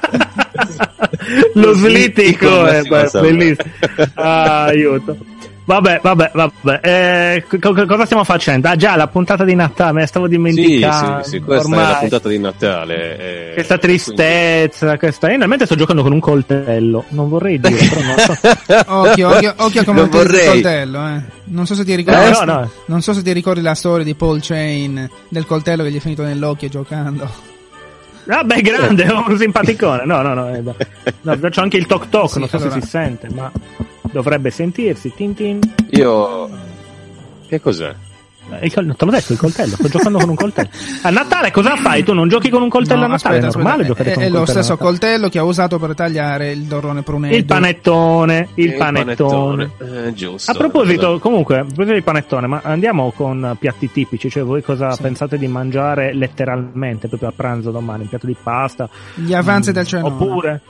lo slitico è bellissimo. Ah, aiuto. Vabbè, vabbè, vabbè. Eh, co- cosa stiamo facendo? Ah, già, la puntata di Natale, me la stavo dimenticando. Sì, sì, sì, questa ormai. È la puntata di Natale. Eh, questa tristezza, quindi... questa. Io realmente sto giocando con un coltello. Non vorrei dire, però non so. occhio, occhio, occhio come non utilizzi il coltello, eh. Non so se ti ricordi. Eh, no, no. Non so se ti ricordi la storia di Paul Chain del coltello che gli è finito nell'occhio giocando. Ah, beh, grande, un simpaticone. No, no, no. Eh, no, c'ho anche il toc toc, sì, non so allora... se si sente, ma dovrebbe sentirsi. Tin tin. Io. Che cos'è? Il, te l'ho detto, il coltello. Sto giocando con un coltello. A Natale cosa fai? Tu non giochi con un coltello no, a Natale? Aspetta, è normale aspetta. giocare è, con è un lo coltello stesso coltello che ha usato per tagliare il dorrone pruneddo. Il panettone. Il, il panettone. panettone. Eh, giusto. A proposito, esatto. comunque, a proposito di panettone, ma andiamo con piatti tipici. Cioè, voi cosa sì. pensate di mangiare letteralmente proprio a pranzo domani? Un piatto di pasta? Gli avanzi mm, del cenone. Oppure.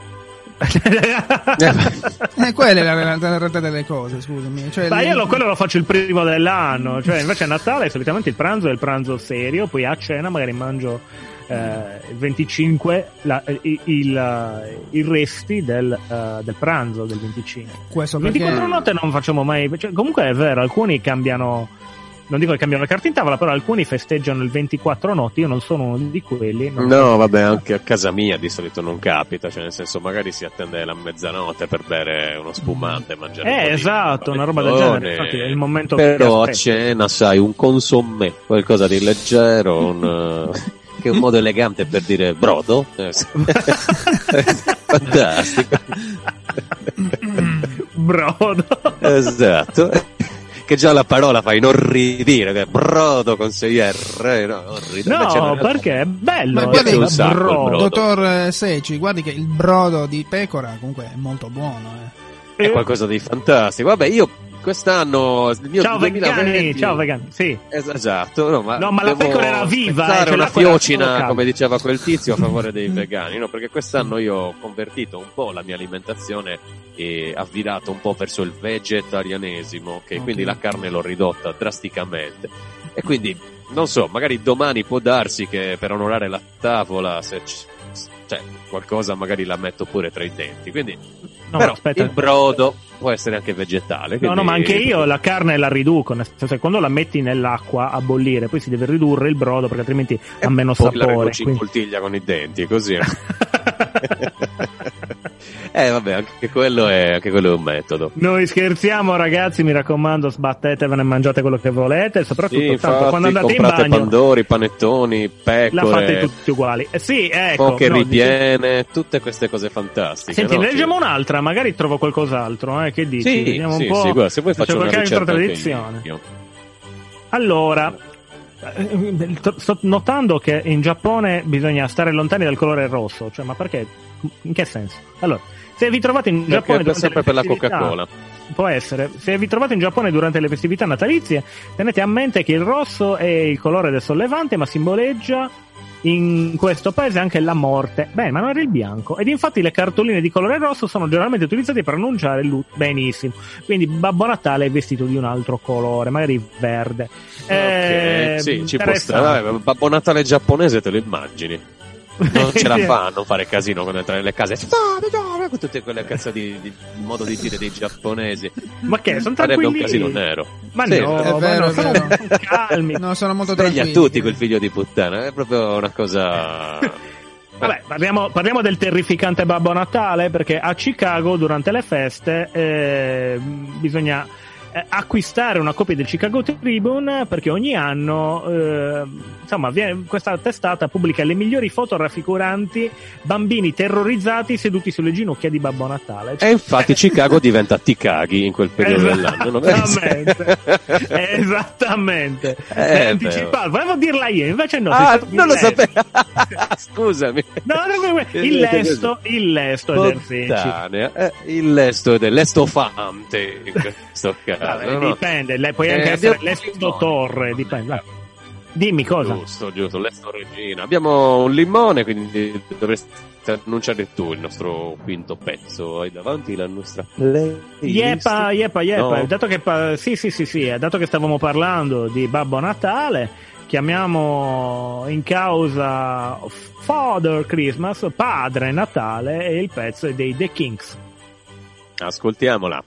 eh, quella è la, la, la realtà delle cose, scusami. Cioè, ma lì... io lo, quello lo faccio il primo dell'anno, cioè invece a Natale solitamente il pranzo è il pranzo serio, poi a cena magari mangio eh, il venticinque la, il, il, il resti del, uh, del pranzo del venticinque. Questo il perché... ventiquattro notte non facciamo mai, cioè, comunque è vero, alcuni cambiano. Non dico che cambiano le carte in tavola, però alcuni festeggiano il ventiquattro notti, io non sono uno di quelli. No, so. Vabbè, anche a casa mia di solito non capita, cioè nel senso magari si attende la mezzanotte per bere uno spumante, mangiare eh, un po' esatto, di una roba del genere, infatti è il momento però che a cena, sai, un consommé, qualcosa di leggero, un, che è un modo elegante per dire brodo, fantastico. Brodo. Esatto. Che già la parola fa inorridire, che brodo con sei R, no, orrido. No, perché è bello. Ma guardi, un sacco, brodo. Dottor Secci, guardi che il brodo di pecora comunque è molto buono, eh. È qualcosa di fantastico. Vabbè, io quest'anno il mio ciao duemilaventi vegani, ciao vegani, sì. Esatto, no, ma, no, ma la pecora era viva, eh, fare cioè una fiocina, come era... diceva quel tizio, a favore dei vegani, no? Perché quest'anno io ho convertito un po' la mia alimentazione e avvirato un po' verso il vegetarianesimo, che okay. Quindi la carne l'ho ridotta drasticamente. E quindi, non so, magari domani può darsi che per onorare la tavola, se c- cioè, qualcosa magari la metto pure tra i denti. Quindi, no, però aspetta. Il brodo può essere anche vegetale. Quindi... No, no, ma anche io la carne la riduco, nel senso che quando la metti nell'acqua a bollire, poi si deve ridurre il brodo perché altrimenti e ha meno poi sapore. La quindi... poltiglia con i denti, così. Eh vabbè, anche quello è anche quello è un metodo. Noi scherziamo, ragazzi, mi raccomando, sbattetevene e mangiate quello che volete, soprattutto sì, infatti, tanto, quando andate in bagno pandori, panettoni, pecore, la fate tutti uguali. Eh, sì, ecco, poche no, ripiene, dice... tutte queste cose fantastiche. Senti, no? ne leggiamo un'altra, magari trovo qualcos'altro, eh, che dici? Sì, Vediamo sì, un po'. sì, guarda, se vuoi faccio una qualche altra ricerca tradizione. Allora, sto notando che in Giappone bisogna stare lontani dal colore rosso, cioè ma perché? In che senso? Allora, se vi trovate in Giappone perché è sempre per la Coca-Cola. Può essere. Se vi trovate in Giappone durante le festività natalizie, tenete a mente che il rosso è il colore del sollevante, ma simboleggia in questo paese anche la morte. Beh, ma non era il bianco. Ed infatti le cartoline di colore rosso sono generalmente utilizzate per annunciare il lutto. Benissimo. Quindi Babbo Natale è vestito di un altro colore, magari verde. Ok, eh, sì, ci può stare. Vabbè, Babbo Natale giapponese te lo immagini? Non ce la fa a non fare casino quando entra nelle case con tutte quelle cazzo di, di modo di dire dei giapponesi. Ma che sono farebbe tranquilli? un casino nero. Ma sì, no, è vero, no, è vero. sono calmi. No, sono molto sveglia tranquilli. tutti quel figlio di puttana, è proprio una cosa. Vabbè, parliamo, parliamo del terrificante Babbo Natale, perché a Chicago durante le feste eh, bisogna eh, acquistare una copia del Chicago Tribune, perché ogni anno eh, insomma viene, questa testata pubblica le migliori foto raffiguranti bambini terrorizzati seduti sulle ginocchia di Babbo Natale. E infatti Chicago diventa Tikagi in quel periodo dell'anno. Non Esattamente, esattamente. Eh, Anticipato, volevo dirla io, invece no. Ah, non lo sapevo. Scusami. No, no, il lesto, il lesto Spontanea. Eh, il lesto ed è l'estofante in questo caso. Vabbè, no? Dipende, lei puoi anche Eh, essere abbiamo- l'esto torre, dipende. Vai. Dimmi cosa. Giusto, giusto, l'esto regina. Abbiamo un limone, quindi dovresti annunciare tu il nostro quinto pezzo. Hai davanti la nostra playlist? Yepa, yepa, yepa. No. Dato che pa- sì, sì, sì, sì, dato che stavamo parlando di Babbo Natale, chiamiamo in causa Father Christmas, Padre Natale, e il pezzo è dei The Kings. Ascoltiamola.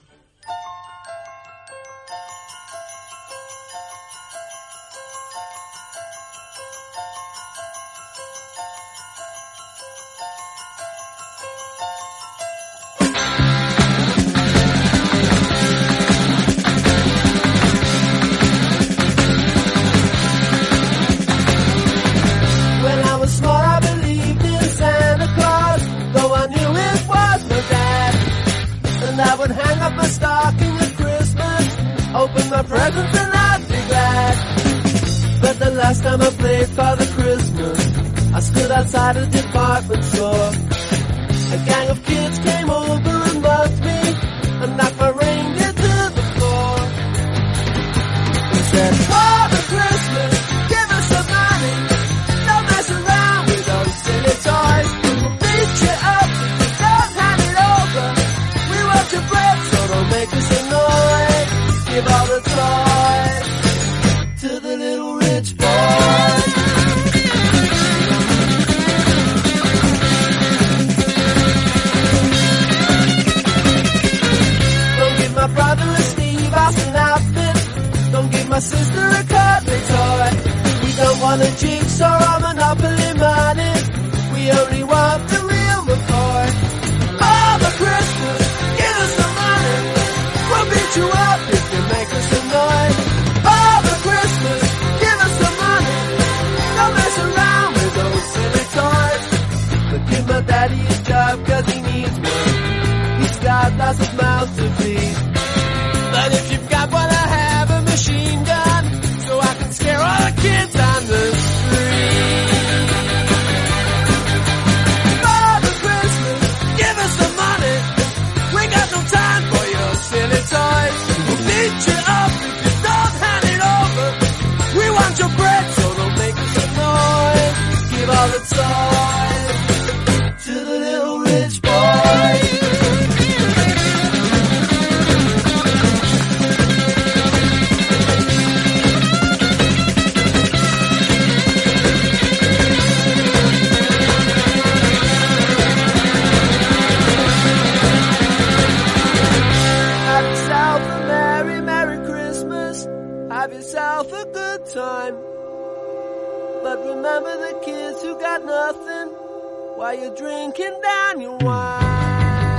When I was small, I believed in Santa Claus, though I knew it was my dad. And I would hang up my stocking at Christmas, open my presents and I'd be glad. But the last time I played Father Christmas, I stood outside a department store. A gang of kids came over and mugged me, and knocked my reindeer to the floor. They said, Father Christmas, give us some money. Don't mess around with those silly toys. We'll beat you up if you don't hand it over. We want your bread, so don't make us annoyed. Give all the toys to the little rich boy. Don't give my brother a Steve Austin outfit. Don't give my sister a cuddly toy. We don't want a jigsaw or Monopoly money. We only want the real McCoy. Father Christmas, give us some money. We'll beat you up if you make us annoyed. Father Christmas, give us some money. Don't mess around with those silly toys. But give my daddy a job 'cause he needs one. He's got lots of mouths to feed. But if you've got one, I have a machine gun, so I can scare all the kids on the street. Father Christmas, give us some money. We got no time for your silly toys. We'll beat you up if you don't hand it over. We want your bread, so don't make us annoyed. Give all the toys to the little rich boy. Have yourself a merry, merry Christmas. Have yourself a good time. But remember the kids who got nothing while you're drinking down your wine.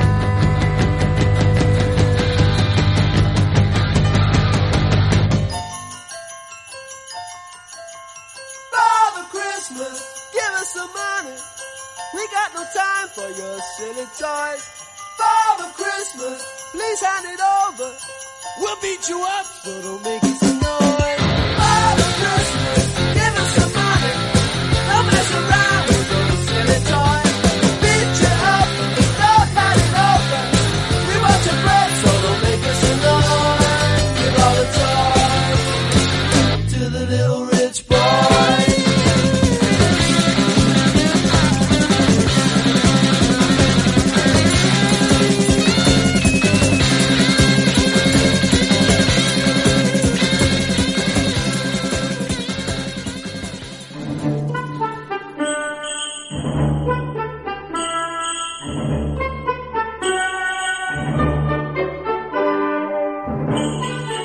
Father Christmas, give us some money. We got no time for your silly toys. Father Christmas, please hand it over. We'll beat you up, so don't make us annoyed. Father Christmas,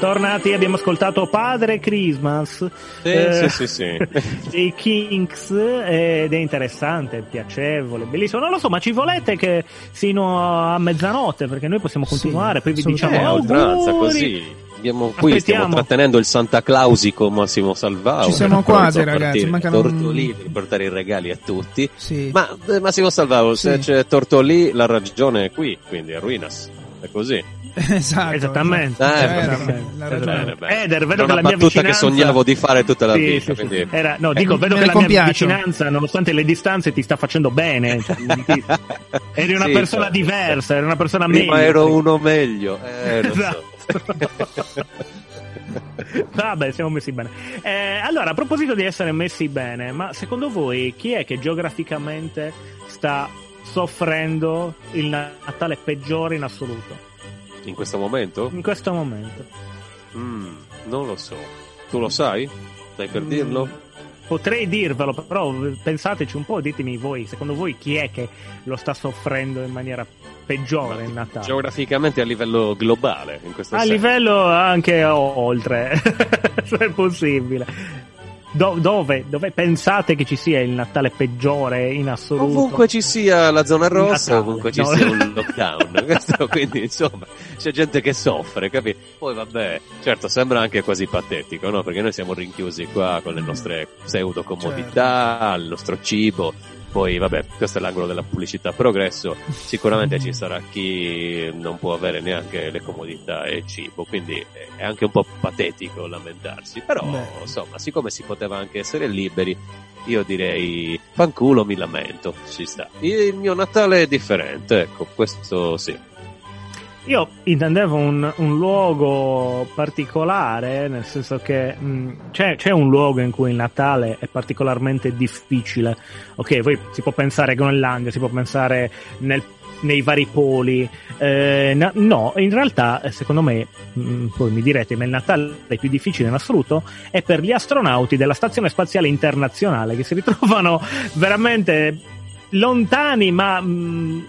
bentornati, abbiamo ascoltato Padre Christmas sì, eh, sì, sì, sì. dei Kinks ed è interessante, piacevole, bellissimo. Non lo so, ma ci volete che sino a mezzanotte, perché noi possiamo continuare, sì, poi vi diciamo eh, oltranza, auguri. Così. Abbiamo, qui Aspettiamo. stiamo trattenendo il Santa Clausico Massimo Salvao. Ci siamo quasi, ragazzi. Mancano Tortolì per portare i regali a tutti. Sì. Ma eh, Massimo Salvao, Sì. se c'è Tortolì, la ragione è qui, quindi a Ruinas. È così. Esatto. Esattamente. Eh, esattamente. la ragione. Bene, bene. Eder, vedo È che una la mia battuta che vicinanza sognavo di fare tutta la Sì, vita. sì, sì. Quindi... Era, no, dico, Eh, vedo me che ne la mia compiaccio. vicinanza, nonostante le distanze, ti sta facendo bene. Cioè, ti- eri una Sì, persona certo. diversa, eri una persona Prima meglio. ero uno meglio. Eh, lo so. Esatto. Vabbè, siamo messi bene. Eh, allora, a proposito di essere messi bene, ma secondo voi chi è che geograficamente sta soffrendo il Natale peggiore in assoluto? In questo momento? In questo momento. Mm, non lo so. Tu lo sai? Stai per dirlo? Potrei dirvelo, però pensateci un po', ditemi voi, secondo voi chi è che lo sta soffrendo in maniera peggiore il Natale? Geograficamente a livello globale, in questo A senso. livello anche oltre, se è possibile. Do- dove, dove pensate che ci sia il Natale peggiore in assoluto? Ovunque ci sia la zona rossa, Natale, ovunque ci no? sia un lockdown. Questo, quindi insomma c'è gente che soffre, capi? Poi vabbè, certo sembra anche quasi patetico, no? Perché noi siamo rinchiusi qua con le nostre pseudo comodità, Certo. il nostro cibo. Poi vabbè, questo è l'angolo della pubblicità progresso, sicuramente ci sarà chi non può avere neanche le comodità e il cibo, quindi è anche un po' patetico lamentarsi, però Beh. insomma, siccome si poteva anche essere liberi, io direi fanculo, mi lamento, ci sta. Il mio Natale è differente, ecco, questo sì. Io intendevo un, un luogo particolare, nel senso che mh, c'è, c'è un luogo in cui il Natale è particolarmente difficile. Ok, poi si può pensare Groenlandia, si può pensare nel, nei vari poli. Eh, na- no, in realtà, secondo me, mh, poi mi direte, ma il Natale più difficile in assoluto è per gli astronauti della Stazione Spaziale Internazionale, che si ritrovano veramente lontani, ma... Mh,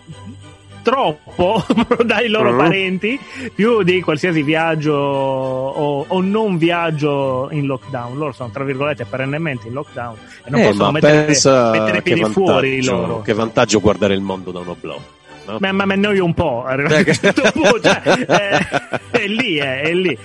troppo dai loro Mm. parenti, più di qualsiasi viaggio o, o non viaggio in lockdown. Loro sono tra virgolette perennemente in lockdown e non Eh, possono ma mettere, pensa mettere i che piedi fuori vantaggio, loro. che vantaggio guardare il mondo da un oblò. No? Ma, ma, ma noi un po', arrivato a un certo punto, cioè, eh, è lì, eh, è lì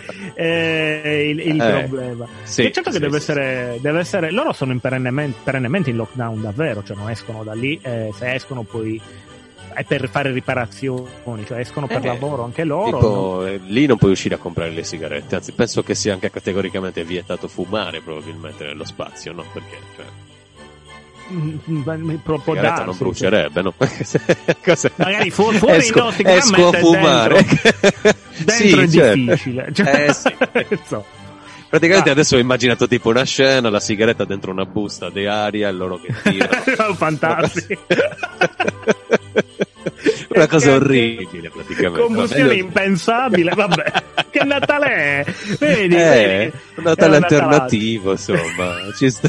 eh, il, il Eh, problema. sì, E certo che sì, deve, sì, essere, deve essere, loro sono in perennemente, perennemente in lockdown davvero, cioè non escono da lì, eh, se escono poi è per fare riparazioni, cioè escono per Eh, lavoro anche loro. Tipo, no? eh, lì non puoi uscire a comprare le sigarette, anzi penso che sia anche categoricamente vietato fumare probabilmente nello spazio, no? Perché cioè, Mm, mm, può- la può sigaretta darsi, non sì. brucierebbe, no? Cosa- Magari fu- fuori esco, no, sicuramente esco a fumare. dentro Sì, è certo. difficile. Cioè, Eh, sì. so. Praticamente Ah. adesso ho immaginato tipo una scena, la sigaretta dentro una busta di aria e loro che tirano. Fantastico. Una cosa orribile praticamente. Combustione Vabbè, io- impensabile, vabbè. Che Natale è? Vedi, Eh, vedi? un Natale È un alternativo, insomma. Ci sta...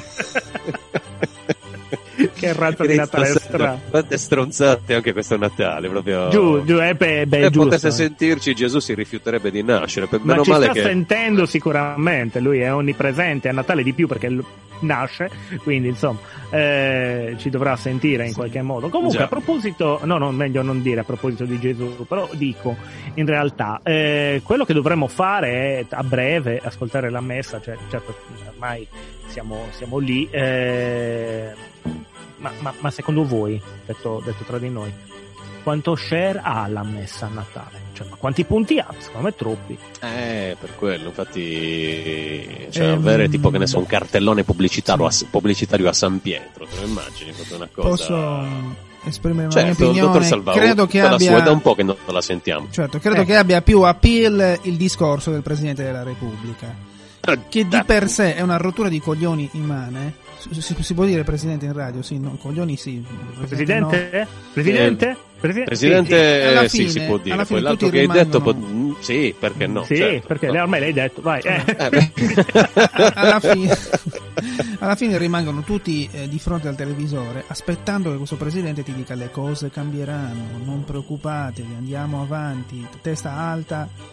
Che razza di Natale strano. Quante stronzate anche questo Natale, proprio. Giù, giù, eh, beh, beh, Se giusto. potesse sentirci, Gesù si rifiuterebbe di nascere. Per Ma meno ci male sta che. sentendo sicuramente, lui è onnipresente a Natale di più perché l- nasce, quindi insomma eh, ci dovrà sentire in qualche modo. Comunque Già. a proposito, no, no, meglio non dire a proposito di Gesù, però dico in realtà eh, quello che dovremmo fare è a breve ascoltare la messa, cioè, certo ormai siamo, siamo lì, eh, ma, ma, ma secondo voi, detto, detto tra di noi, quanto share ha la messa a Natale? Cioè, ma quanti punti ha? Secondo me troppi. Eh, per quello, infatti. Cioè, Ehm, avere tipo, che ne so, un cartellone pubblicitario, a, pubblicitario a San Pietro, te lo immagini? Proprio una cosa. Posso esprimere una Certo, mia il dottor opinione? Salvao, Credo che tutta la sua, è da abbia un po' che non la sentiamo. certo, credo Eh. che abbia più appeal il discorso del Presidente della Repubblica, che di per sé è una rottura di coglioni immane. Si, si- si può dire Presidente in radio? Sì, no, coglioni sì. Presidente? no. Presidente? Presidente? Presidente, Alla eh, sì, fine- si può dire. alla fine Poi l'altro tutti che hai detto, rimangono- pot- mm, sì, perché no? Sì, certo. perché No. ormai l'hai detto, vai. Eh. Eh, beh. alla, fine, alla fine rimangono tutti eh, di fronte al televisore aspettando che questo Presidente ti dica le cose cambieranno, non preoccupatevi, andiamo avanti, testa alta.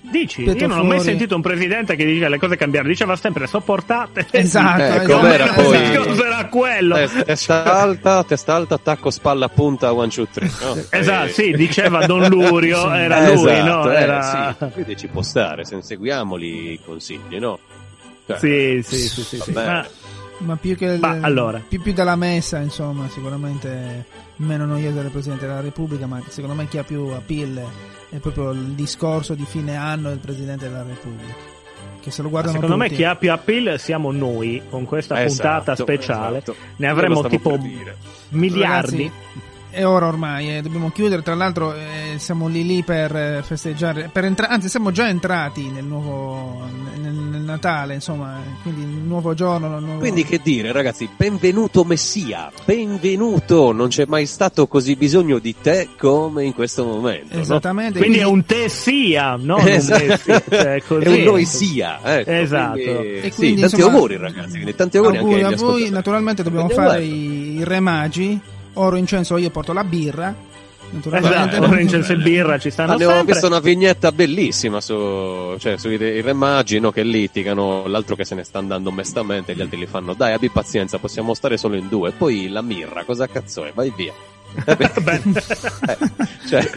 Dici, io non ho mai sentito un presidente che dice le cose cambiare, diceva sempre sopportate. Esatto, eh, esatto. com'era poi? Cosa era quello? Testa, testa alta, testa alta, attacco, spalla, punta, one, two, three. No? Esatto, eh, sì, diceva Don Lurio, sì, era lui, esatto, no? eh, Era... sì, quindi ci può stare, se seguiamoli i consigli, no? Cioè, sì, sì, sì, sì, sì. Ma, ma più che ma, allora. più, più della messa, insomma, sicuramente meno noioso del Presidente della Repubblica, ma secondo me chi ha più appeal è proprio il discorso di fine anno del Presidente della Repubblica, che se lo guardano secondo tutti. me chi ha più appeal siamo noi con questa esatto, puntata speciale, esatto. Ne avremo tipo miliardi. Ragazzi, è ora ormai, eh, dobbiamo chiudere. Tra l'altro eh, siamo lì lì per eh, festeggiare, per entra- anzi siamo già entrati nel nuovo nel, nel Natale, insomma, quindi il nuovo giorno, il nuovo... Quindi che dire, ragazzi, benvenuto Messia, benvenuto, non c'è mai stato così bisogno di te come in questo momento. Esattamente. No? Quindi, quindi è un te sia, no? Esatto. Un messia, cioè, così. È un noi sia, ecco. Esatto. Quindi, E sì, quindi, tanti insomma, auguri ragazzi, quindi tanti auguri, auguri anche agli a voi. ascoltatori. Naturalmente dobbiamo Andiamo fare a- i, i re magi. Oro, incenso, io porto la birra. Esatto, oro, incenso e birra ci stanno Abbiamo sempre. visto una vignetta bellissima su, cioè, sui re- i re magi, no, che litigano, l'altro che se ne sta andando mestamente, gli altri gli fanno dai abbi pazienza, possiamo stare solo in due, poi la mirra, cosa cazzo è, vai via. eh, cioè,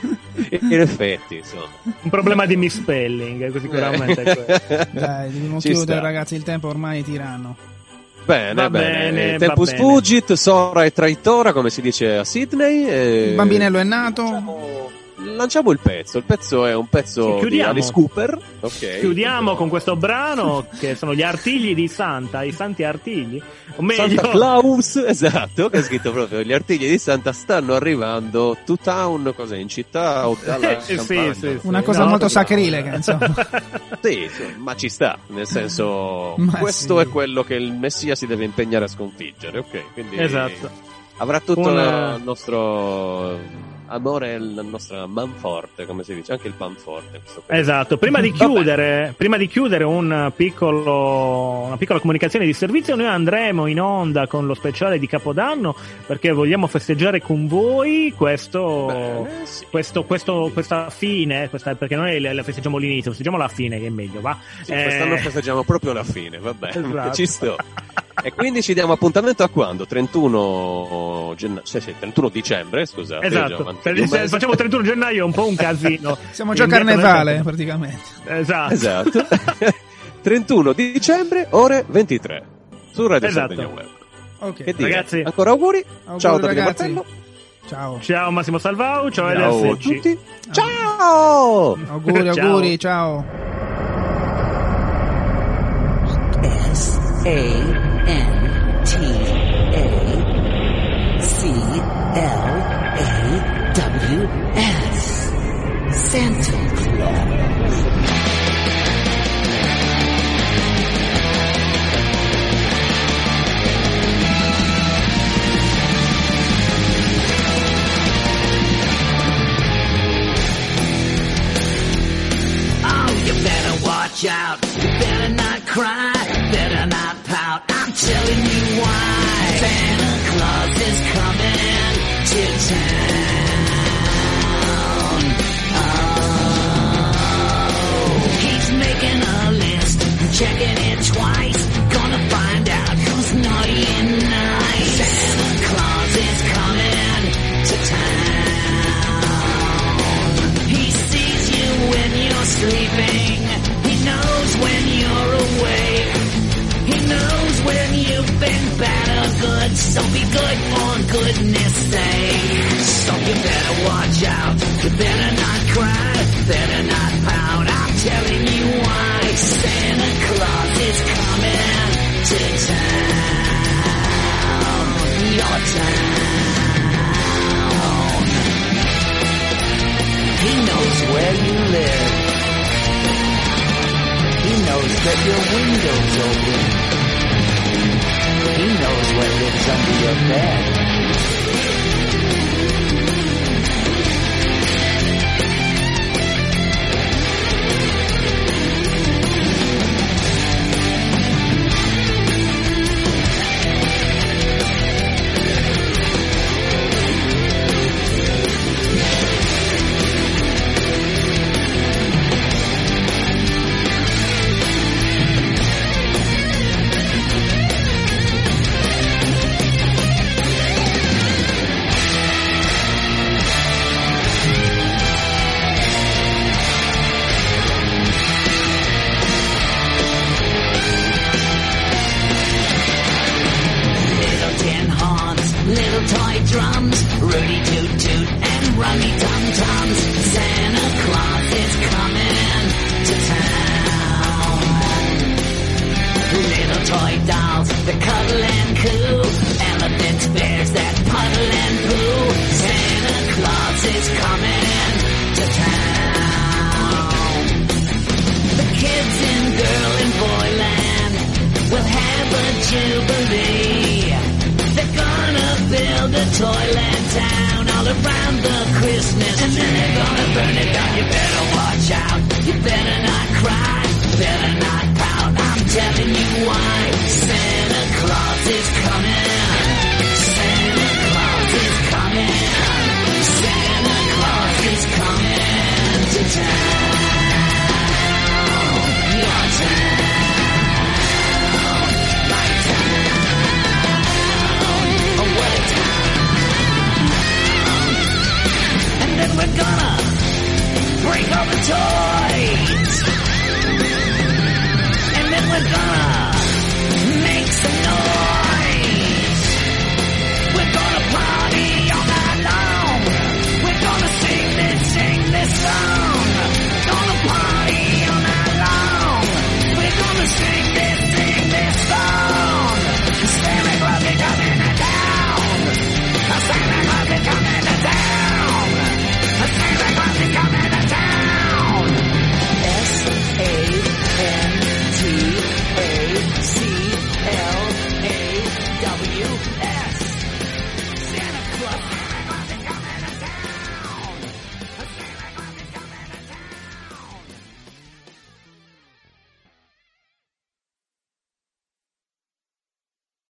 in effetti insomma un problema di misspelling sicuramente è questo. Dai, dobbiamo Ci chiudere, sta. ragazzi, il tempo ormai è tiranno. bene Va bene, bene, Tempus va bene. fugit, Sora e Traitora, come si dice a Sydney, e... Il bambinello è nato. lanciamo, lanciamo il pezzo. Il pezzo è un pezzo Sì, chiudiamo. di Alice Cooper. Ok. Chiudiamo con questo brano che sono gli artigli di Santa, i santi artigli, o meglio Santa Claus, esatto, che è scritto proprio gli artigli di Santa stanno arrivando to town, cos'è, in città o dalla Eh, sì, campagna? sì, sì. Una cosa No, molto no. sacrilega, insomma. Sì, sì, ma ci sta, nel senso Ma questo sì. è quello che il Messia si deve impegnare a sconfiggere, ok? Quindi Esatto. avrà tutto Una- il nostro amore, la nostra manforte, come si dice, anche il panforte. in questo caso. Esatto, prima di Vabbè. chiudere, prima di chiudere un piccolo, una piccola comunicazione di servizio, noi andremo in onda con lo speciale di Capodanno perché vogliamo festeggiare con voi questo, Bene, sì. questo, questo, questa fine, questa, perché noi la festeggiamo l'inizio, festeggiamo la fine che è meglio, va? Sì, Eh, quest'anno festeggiamo proprio la fine, va bene, Esatto. ci sto. E quindi ci diamo appuntamento a quando? trentuno, genna- sì, sì, trentuno dicembre, scusate. già Esatto, avanti se, di un se mese. facciamo trentuno gennaio è un po' un casino. Siamo già a Indietro nel carnevale, tempo. praticamente. Esatto. Esatto. trentuno dicembre, ore ventitré, su Radio Esatto. Sardegna Web. Ok. Che dire? Ragazzi, ancora auguri, Auguri, ciao Davide ragazzi. Martello, Ciao. ciao Massimo Salvau, ciao ciao a Eder Secci. tutti, ciao! Auguri, Ciao. auguri, ciao. S A N T A C L A W S Santa Claus. Oh, you better watch out. You better not cry. Better not pout. I'm telling you why. Santa Claus is coming to town. Oh, he's making a list, checking it twice. Gonna find out who's naughty and nice. Santa Claus is coming to town. He sees you when you're sleeping. He knows when you're awake. He knows when you've been bad or good. So be good for goodness sake. So you better watch out. You better not cry. Better not pout. I'm telling you why. Santa Claus is coming to town. Your town. He knows where you live. He knows that your window's open. He knows what lives under your bed. toy drums, Rudy Toot Toot and Rummy Tum Tums. Santa Claus is coming to town. Little toy dolls that cuddle and coo, elephants, bears that puddle and poo. Santa Claus is coming to town. The kids in girl and boyland will have a jubilee. They're gonna build a toyland town all around the Christmas tree. And then they're gonna burn it down. You better watch out. You better not cry. Better not pout. I'm telling you why. Santa Claus is coming. Santa Claus is coming. Santa Claus is coming to town. Your town. My town. Oh, what a town. And then we're gonna break all the toys. And then we're gonna make some noise. We're gonna party all night long. We're gonna sing this, sing this song. Gonna party all night long. We're gonna sing this, sing this song. Santa Claus is coming to town. Santa Claus is coming to town. Santa Claus is coming to town. S A N T A C L A W S.